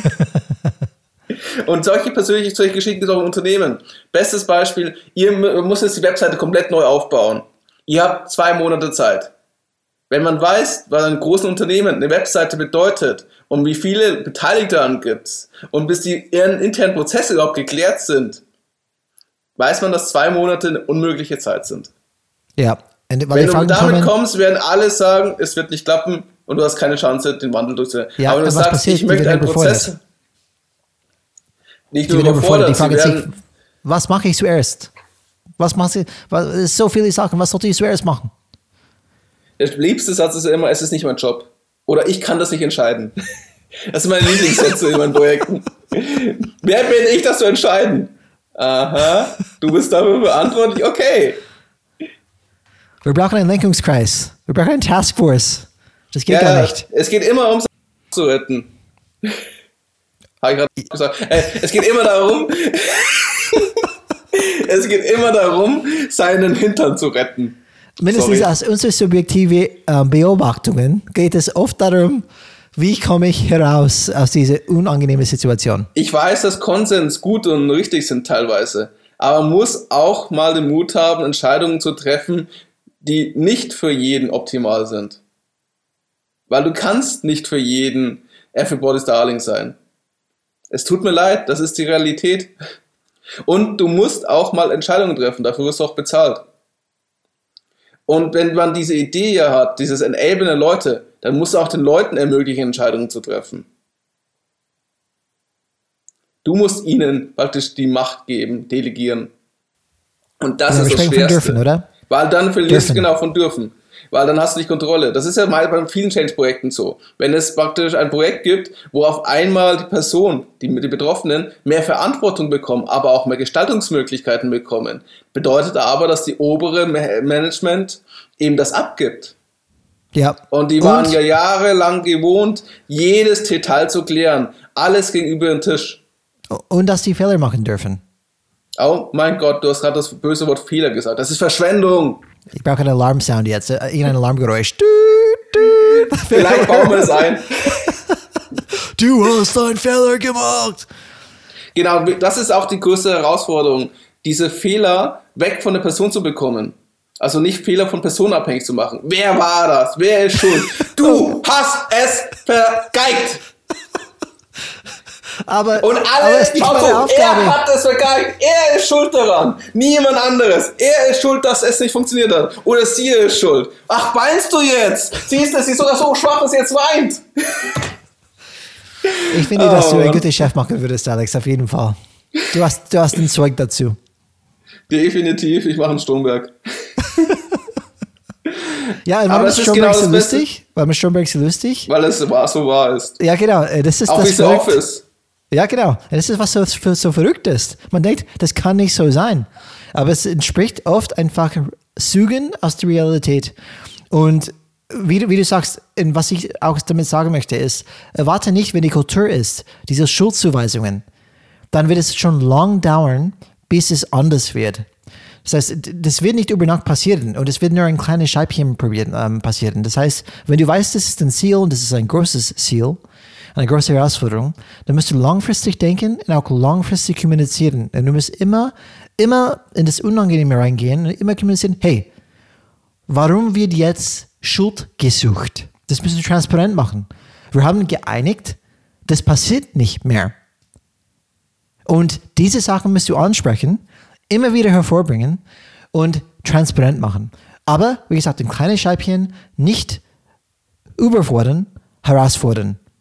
Und solche Geschichten gibt es auch im Unternehmen. Bestes Beispiel, ihr müsst jetzt die Webseite komplett neu aufbauen. Ihr habt 2 Monate Zeit. Wenn man weiß, was einem großen Unternehmen eine Webseite bedeutet und wie viele Beteiligte daran gibt und bis die internen Prozesse überhaupt geklärt sind, weiß man, dass 2 Monate eine unmögliche Zeit sind. Ja. Wenn du damit kommst, werden alle sagen, es wird nicht klappen und du hast keine Chance, den Wandel durchzuführen. Ja, aber wenn du sagst, ich möchte einen Prozess nicht nur überfordert, die Frage ist, was mache ich zuerst? Was ist so viele Sachen, was sollte ich zuerst machen? Der liebste Satz ist immer, es ist nicht mein Job. Oder ich kann das nicht entscheiden. Das sind meine Lieblingssätze in meinen Projekten. Wer bin ich, das zu entscheiden? Aha, du bist dafür verantwortlich, okay. Wir brauchen einen Lenkungskreis. Wir brauchen eine Taskforce. Das geht gar nicht. Es geht immer ums zu retten. Habe ich gerade gesagt. Es geht immer darum, seinen Hintern zu retten. Mindestens aus unseren subjektiven Beobachtungen geht es oft darum, wie komme ich heraus aus dieser unangenehmen Situation. Ich weiß, dass Konsens gut und richtig sind teilweise, aber man muss auch mal den Mut haben, Entscheidungen zu treffen, die nicht für jeden optimal sind. Weil du kannst nicht für jeden everybody's darling sein. Es tut mir leid, das ist die Realität. Und du musst auch mal Entscheidungen treffen, dafür wirst du auch bezahlt. Und wenn man diese Idee ja hat, dieses Enablen der Leute, dann musst du auch den Leuten ermöglichen, Entscheidungen zu treffen. Du musst ihnen praktisch die Macht geben, delegieren. Und das ist das Schwerste. Von dürfen, oder? Weil dann verlierst du genau von dürfen. Weil dann hast du nicht Kontrolle. Das ist ja mal bei vielen Change-Projekten so. Wenn es praktisch ein Projekt gibt, wo auf einmal die Person, die Betroffenen, mehr Verantwortung bekommen, aber auch mehr Gestaltungsmöglichkeiten bekommen, bedeutet aber, dass die obere Management eben das abgibt. Ja. Und die waren ja jahrelang gewohnt, jedes Detail zu klären. Alles gegenüber den Tisch. Und dass die Fehler machen dürfen. Oh mein Gott, du hast gerade das böse Wort Fehler gesagt. Das ist Verschwendung. Ich brauche einen Alarmsound jetzt. Irgendein Alarmgeräusch. Vielleicht bauen wir das ein. Du hast einen Fehler gemacht. Genau, das ist auch die größte Herausforderung, diese Fehler weg von der Person zu bekommen. Also nicht Fehler von Person abhängig zu machen. Wer war das? Wer ist schuld? Du hast es vergeigt. Aber er hat es vergeigt. Er ist schuld daran. Niemand anderes. Er ist schuld, dass es nicht funktioniert hat. Oder sie ist schuld. Ach, weinst du jetzt? Siehst du, sie ist sogar so schwach, dass sie jetzt weint. Ich finde, dass du ein guter Chef machen würdest, Alex, auf jeden Fall. Du hast den Zeug dazu. Definitiv, ich mache einen Stromberg. Ja, und warum ist Stromberg so lustig? Warum ist Stromberg so lustig? Weil es so wahr ist. Ja, genau. Das ist auch das wie so Office. Ja, genau. Das ist, was so verrückt ist. Man denkt, das kann nicht so sein. Aber es entspricht oft einfach Zügen aus der Realität. Und wie du sagst, was ich auch damit sagen möchte, ist, erwarte nicht, wenn die Kultur ist, diese Schuldzuweisungen, dann wird es schon lang dauern, bis es anders wird. Das heißt, das wird nicht über Nacht passieren und es wird nur ein kleines Scheibchen passieren. Das heißt, wenn du weißt, das ist ein Ziel und das ist ein großes Ziel, eine große Herausforderung, dann musst du langfristig denken und auch langfristig kommunizieren. Und du musst immer in das Unangenehme reingehen und immer kommunizieren, hey, warum wird jetzt Schuld gesucht? Das müssen wir transparent machen. Wir haben geeinigt, das passiert nicht mehr. Und diese Sachen musst du ansprechen, immer wieder hervorbringen und transparent machen. Aber, wie gesagt, in kleinen Scheibchen nicht überfordern, herausfordern.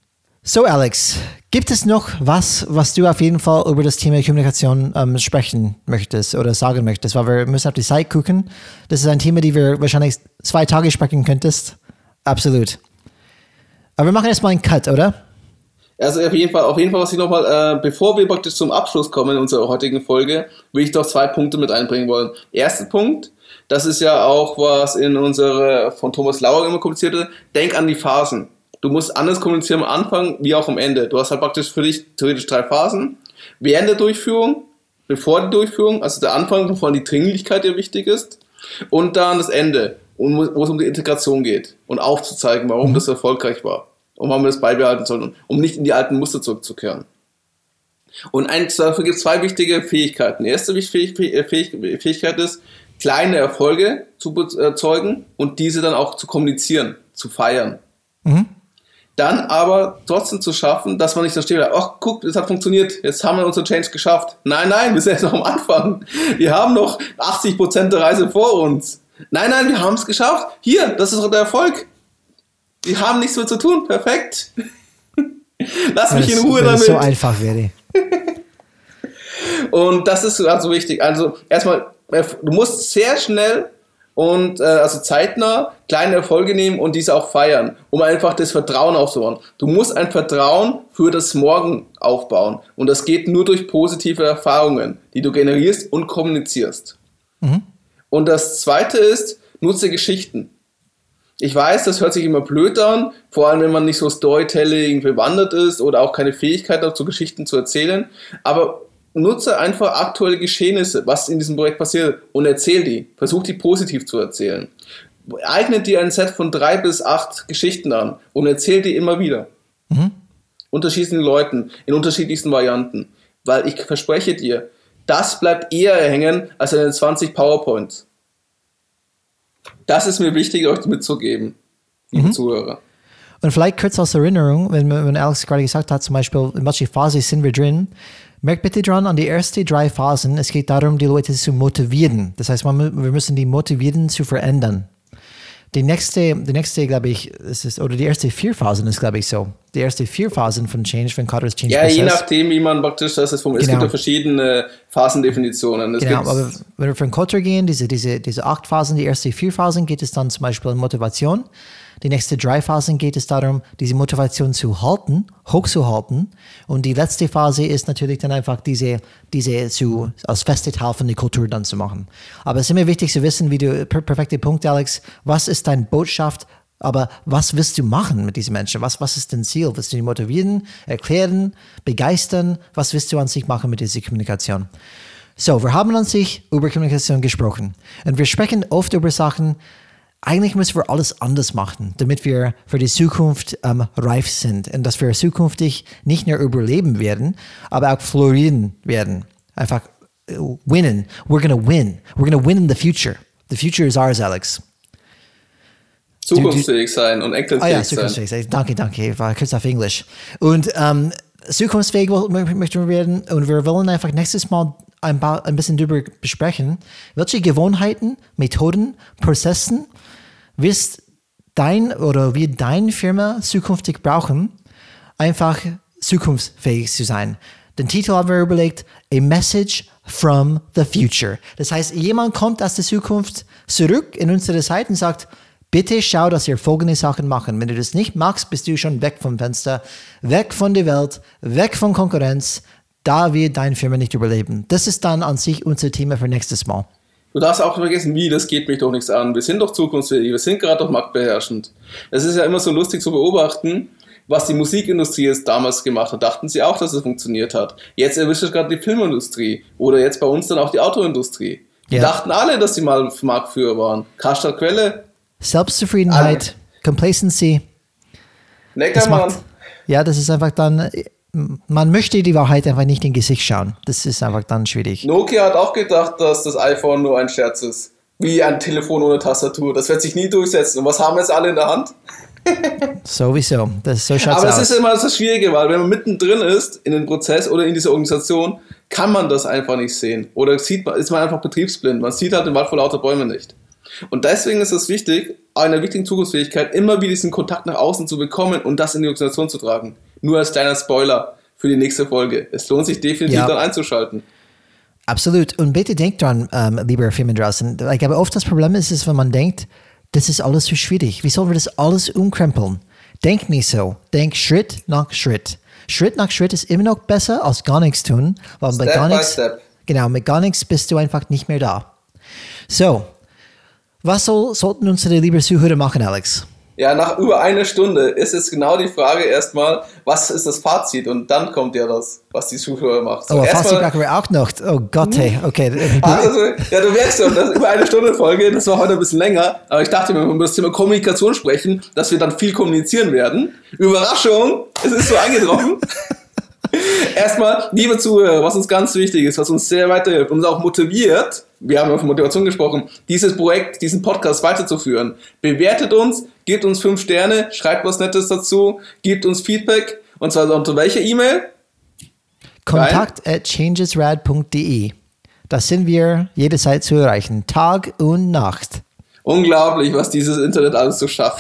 So, Alex, gibt es noch was du auf jeden Fall über das Thema Kommunikation sprechen möchtest oder sagen möchtest? Weil wir müssen auf die Zeit gucken. Das ist ein Thema, die wir wahrscheinlich 2 Tage sprechen könntest. Absolut. Aber wir machen erstmal einen Cut, oder? Also auf jeden Fall, was ich nochmal, bevor wir praktisch zum Abschluss kommen in unserer heutigen Folge, will ich doch 2 Punkte mit einbringen wollen. Erster Punkt, das ist ja auch, was in unserer von Thomas Lauer immer kommuniziert wird, denk an die Phasen. Du musst anders kommunizieren am Anfang wie auch am Ende. Du hast halt praktisch für dich theoretisch 3 Phasen. Während der Durchführung, bevor die Durchführung, also der Anfang, wovon die Dringlichkeit dir wichtig ist, und dann das Ende, wo es um die Integration geht und aufzuzeigen, warum das erfolgreich war und warum wir das beibehalten sollten, um nicht in die alten Muster zurückzukehren. Und dafür gibt es 2 wichtige Fähigkeiten. Die erste Fähigkeit ist, kleine Erfolge zu erzeugen und diese dann auch zu kommunizieren, zu feiern. Dann aber trotzdem zu schaffen, dass man nicht so steht, ach guck, das hat funktioniert, jetzt haben wir unseren Change geschafft. Nein, wir sind jetzt noch am Anfang. Wir haben noch 80% der Reise vor uns. Nein, wir haben es geschafft. Hier, das ist der Erfolg. Wir haben nichts mehr zu tun. Perfekt. Lass mich in Ruhe damit. So einfach wäre. Und das ist also wichtig. Also erstmal, du musst sehr schnell und also zeitnah kleine Erfolge nehmen und diese auch feiern, um einfach das Vertrauen aufzubauen. Du musst ein Vertrauen für das Morgen aufbauen und das geht nur durch positive Erfahrungen, die du generierst und kommunizierst. Und das Zweite ist, nutze Geschichten. Ich weiß, das hört sich immer blöd an, vor allem wenn man nicht so Storytelling bewandert ist oder auch keine Fähigkeit hat, so Geschichten zu erzählen, aber nutze einfach aktuelle Geschehnisse, was in diesem Projekt passiert und erzähl die. Versuch die positiv zu erzählen. Eigne dir ein Set von 3 bis 8 Geschichten an und erzähl die immer wieder. Unterschiedlichen Leuten, in unterschiedlichsten Varianten. Weil ich verspreche dir, das bleibt eher hängen als deine 20 PowerPoints. Das ist mir wichtig, euch mitzugeben, liebe Zuhörer. Und vielleicht kurz aus Erinnerung, wenn Alex gerade gesagt hat, zum Beispiel, in welcher Phase sind wir drin, merkt bitte dran, an die ersten 3 Phasen, es geht darum, die Leute zu motivieren. Das heißt, wir müssen die motivieren zu verändern. Die nächste, glaube ich, die erste 4 Phasen ist, glaube ich, so. Die erste 4 Phasen von Change, von Carter's Change-Prozess. Ja, je nachdem, wie man praktisch das ist. Es gibt ja verschiedene Phasendefinitionen. Aber wenn wir von Culture gehen, diese 8 Phasen, die ersten 4 Phasen geht es dann zum Beispiel um Motivation. Die nächsten 3 Phasen geht es darum, diese Motivation zu halten, hochzuhalten. Und die letzte Phase ist natürlich dann einfach diese als feste Teil von der Kultur dann zu machen. Aber es ist immer wichtig zu wissen, wie du, perfekte Punkt, Alex, was ist deine Botschaft, aber was willst du machen mit diesen Menschen? Was ist dein Ziel? Willst du die motivieren, erklären, begeistern? Was willst du an sich machen mit dieser Kommunikation? So, wir haben an sich über Kommunikation gesprochen. Und wir sprechen oft über Sachen, eigentlich müssen wir alles anders machen, damit wir für die Zukunft reif sind und dass wir zukünftig nicht nur überleben werden, aber auch florieren werden. Einfach winnen. We're gonna win. We're gonna win in the future. The future is ours, Alex. Zukunftsfähig sein und enkelfähig zukunftsfähig sein. Danke. Ich war kurz auf Englisch. Und zukunftsfähig möchten wir werden und wir wollen einfach nächstes Mal ein bisschen darüber besprechen, welche Gewohnheiten, Methoden, Prozessen wirst wir deine Firma zukünftig brauchen, einfach zukunftsfähig zu sein. Den Titel haben wir überlegt, A Message from the Future. Das heißt, jemand kommt aus der Zukunft zurück in unsere Zeit und sagt, bitte schau, dass ihr folgende Sachen machen. Wenn du das nicht machst, bist du schon weg vom Fenster, weg von der Welt, weg von Konkurrenz. Da wird deine Firma nicht überleben. Das ist dann an sich unser Thema für nächstes Mal. Du darfst auch vergessen, das geht mich doch nichts an. Wir sind doch zukunftsfähig, wir sind gerade doch marktbeherrschend. Es ist ja immer so lustig zu beobachten, was die Musikindustrie jetzt damals gemacht hat. Dachten sie auch, dass es funktioniert hat. Jetzt erwischt es gerade die Filmindustrie oder jetzt bei uns dann auch die Autoindustrie. Die dachten alle, dass sie mal Marktführer waren. Karstadt Quelle. Selbstzufriedenheit, Complacency. Neckermann. Das ist einfach dann... Man möchte die Wahrheit einfach nicht in Gesicht schauen. Das ist einfach dann schwierig. Nokia hat auch gedacht, dass das iPhone nur ein Scherz ist. Wie ein Telefon ohne Tastatur. Das wird sich nie durchsetzen. Und was haben jetzt alle in der Hand? Sowieso. So schaut's aus. Aber das ist immer das Schwierige, weil wenn man mittendrin ist in den Prozess oder in dieser Organisation, kann man das einfach nicht sehen. Oder ist man einfach betriebsblind. Man sieht halt den Wald vor lauter Bäumen nicht. Und deswegen ist es wichtig, einer wichtigen Zukunftsfähigkeit, immer wieder diesen Kontakt nach außen zu bekommen und das in die Organisation zu tragen. Nur als kleiner Spoiler für die nächste Folge. Es lohnt sich definitiv dann einzuschalten. Absolut. Und bitte denkt dran, liebe Firmen draußen. Ich glaube, oft das Problem ist, wenn man denkt, das ist alles so schwierig. Wie sollen wir das alles umkrempeln? Denk nicht so. Denk Schritt nach Schritt. Schritt nach Schritt ist immer noch besser als gar nichts tun. Weil Step by Step. Genau, mit gar nichts bist du einfach nicht mehr da. So, was sollten unsere lieben Zuhörer machen, Alex? Ja, nach über einer Stunde ist jetzt genau die Frage erstmal, was ist das Fazit? Und dann kommt ja das, was die Zuhörer macht. So, Fazit machen wir auch noch. Oh Gott, hey, okay. Also, ja, du merkst schon, das ist über eine Stunde Folge, das war heute ein bisschen länger, aber ich dachte, wenn wir über das Thema Kommunikation sprechen, dass wir dann viel kommunizieren werden. Überraschung, es ist so eingetroffen. Erstmal, liebe Zuhörer, was uns ganz wichtig ist, was uns sehr weiterhilft und uns auch motiviert, wir haben ja von Motivation gesprochen, dieses Projekt, diesen Podcast weiterzuführen. Bewertet uns, gebt uns 5 Sterne, schreibt was Nettes dazu, gebt uns Feedback, und zwar unter welcher E-Mail? kontakt@changesrad.de. Das sind wir jederzeit zu erreichen, Tag und Nacht. Unglaublich, was dieses Internet alles so schafft.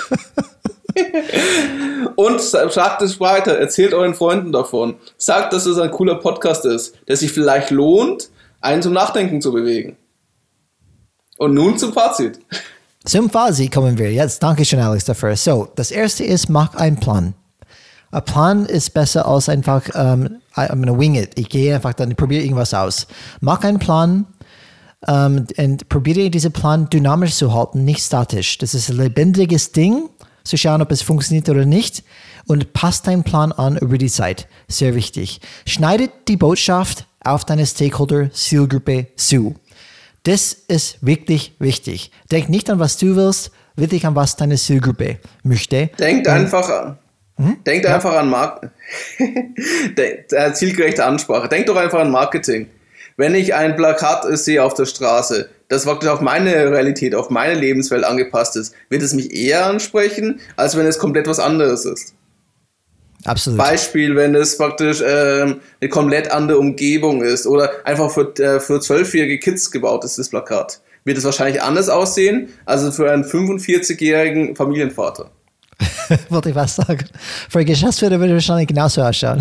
Und sagt es weiter, erzählt euren Freunden davon. Sagt, dass es ein cooler Podcast ist, der sich vielleicht lohnt, einen zum Nachdenken zu bewegen. Und nun zum Fazit. Zum Fazit kommen wir jetzt. Dankeschön, Alex, dafür. So, das erste ist, mach einen Plan. Ein Plan ist besser als einfach, I'm gonna wing it. Ich gehe einfach, dann probiere irgendwas aus. Mach einen Plan und probiere diesen Plan dynamisch zu halten, nicht statisch. Das ist ein lebendiges Ding, zu schauen, ob es funktioniert oder nicht, und passt deinen Plan an über die Zeit. Sehr wichtig. Schneidet die Botschaft auf deine Stakeholder-Zielgruppe zu. Das ist wirklich wichtig. Denk nicht an, was du willst, wirklich an, was deine Zielgruppe möchte. Denkt einfach an. Denkt einfach an zielgerechte Ansprache. Denkt doch einfach an Marketing. Wenn ich ein Plakat sehe auf der Straße, das wirklich auf meine Realität, auf meine Lebenswelt angepasst ist, wird es mich eher ansprechen, als wenn es komplett was anderes ist. Absolut. Beispiel, wenn es praktisch eine komplett andere Umgebung ist oder einfach für 12-jährige Kids gebaut ist, das Plakat, wird es wahrscheinlich anders aussehen, als für einen 45-jährigen Familienvater. Wollte ich was sagen. Für einen Geschäftsführer würde es wahrscheinlich genauso ausschauen.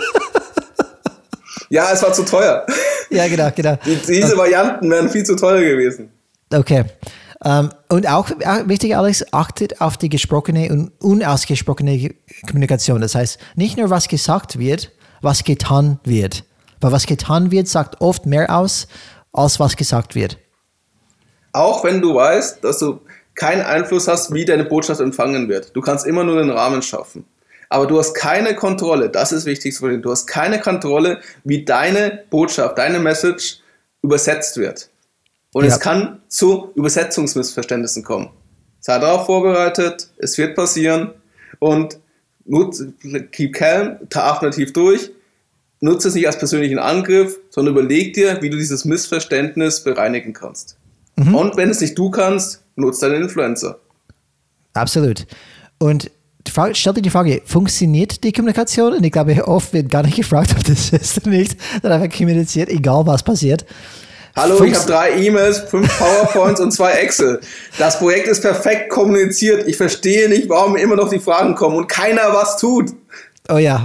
Ja, es war zu teuer. Ja, genau. Diese Varianten wären viel zu teuer gewesen. Okay. Und auch wichtig, Alex, achtet auf die gesprochene und unausgesprochene Kommunikation. Das heißt, nicht nur was gesagt wird, was getan wird. Weil was getan wird, sagt oft mehr aus, als was gesagt wird. Auch wenn du weißt, dass du keinen Einfluss hast, wie deine Botschaft empfangen wird. Du kannst immer nur den Rahmen schaffen. Aber du hast keine Kontrolle, das ist wichtig zu verstehen, du hast keine Kontrolle, wie deine Botschaft, deine Message übersetzt wird. Und es kann zu Übersetzungsmissverständnissen kommen. Sei darauf vorbereitet, es wird passieren und keep calm, atme tief durch, nutze es nicht als persönlichen Angriff, sondern überleg dir, wie du dieses Missverständnis bereinigen kannst. Und wenn es nicht du kannst, nutze deinen Influencer. Absolut. Und stell dir die Frage, funktioniert die Kommunikation? Und ich glaube, oft wird gar nicht gefragt, ob das ist oder nicht. Dann einfach kommuniziert, egal was passiert. Hallo, ich habe 3 E-Mails, 5 PowerPoints und 2 Excel. Das Projekt ist perfekt kommuniziert. Ich verstehe nicht, warum immer noch die Fragen kommen und keiner was tut. Oh ja.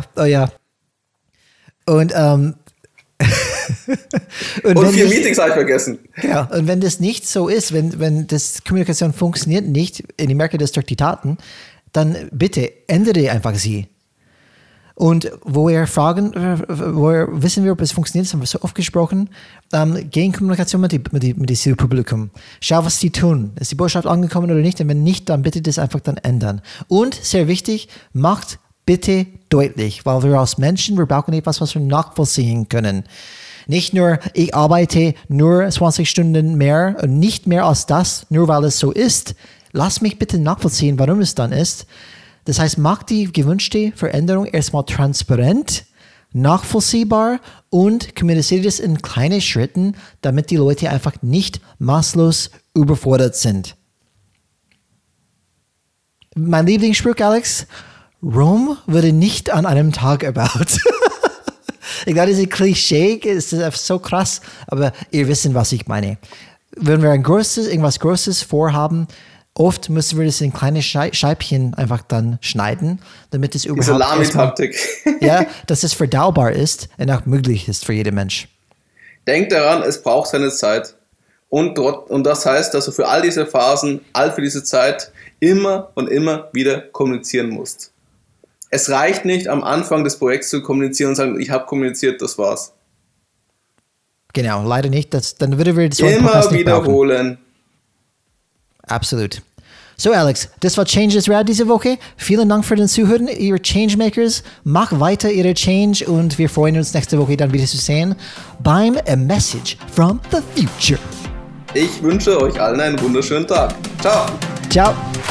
Und 4 Meetings habe ich vergessen. Ja, und wenn das nicht so ist, wenn das Kommunikation funktioniert nicht, und ich merke das durch die Taten, dann bitte ändere einfach sie. Und wo wir wissen wir, ob es funktioniert, das haben wir so oft gesprochen, geh in Kommunikation mit dem Zielpublikum. Schau, was sie tun. Ist die Botschaft angekommen oder nicht? Und wenn nicht, dann bitte das einfach dann ändern. Und, sehr wichtig, macht bitte deutlich, weil wir als Menschen, wir brauchen etwas, was wir nachvollziehen können. Nicht nur, ich arbeite nur 20 Stunden mehr und nicht mehr als das, nur weil es so ist. Lass mich bitte nachvollziehen, warum es dann ist. Das heißt, mach die gewünschte Veränderung erstmal transparent, nachvollziehbar und kommuniziere das in kleinen Schritten, damit die Leute einfach nicht maßlos überfordert sind. Mein Lieblingsspruch, Alex, Rom wurde nicht an einem Tag erbaut. Ich glaube, diese Klischee ist so krass, aber ihr wisst, was ich meine. Wenn wir irgendwas Großes vorhaben, Oft müssen wir das in kleine Scheibchen einfach dann schneiden, damit es überhaupt Salami-Taktik. Ja, dass es verdaubar ist und auch möglich ist für jeden Mensch. Denk daran, es braucht seine Zeit. Und das heißt, dass du für all diese Phasen, für diese Zeit immer und immer wieder kommunizieren musst. Es reicht nicht, am Anfang des Projekts zu kommunizieren und sagen, ich habe kommuniziert, das war's. Genau, leider nicht. Dann würde wir so einen immer Podcast nicht wiederholen. brauchen. Absolut. So Alex, das war Change is Rad diese Woche. Vielen Dank für den Zuhören, ihr Changemakers. Mach weiter ihre Change und wir freuen uns nächste Woche dann wieder zu sehen beim A Message from the Future. Ich wünsche euch allen einen wunderschönen Tag. Ciao. Ciao.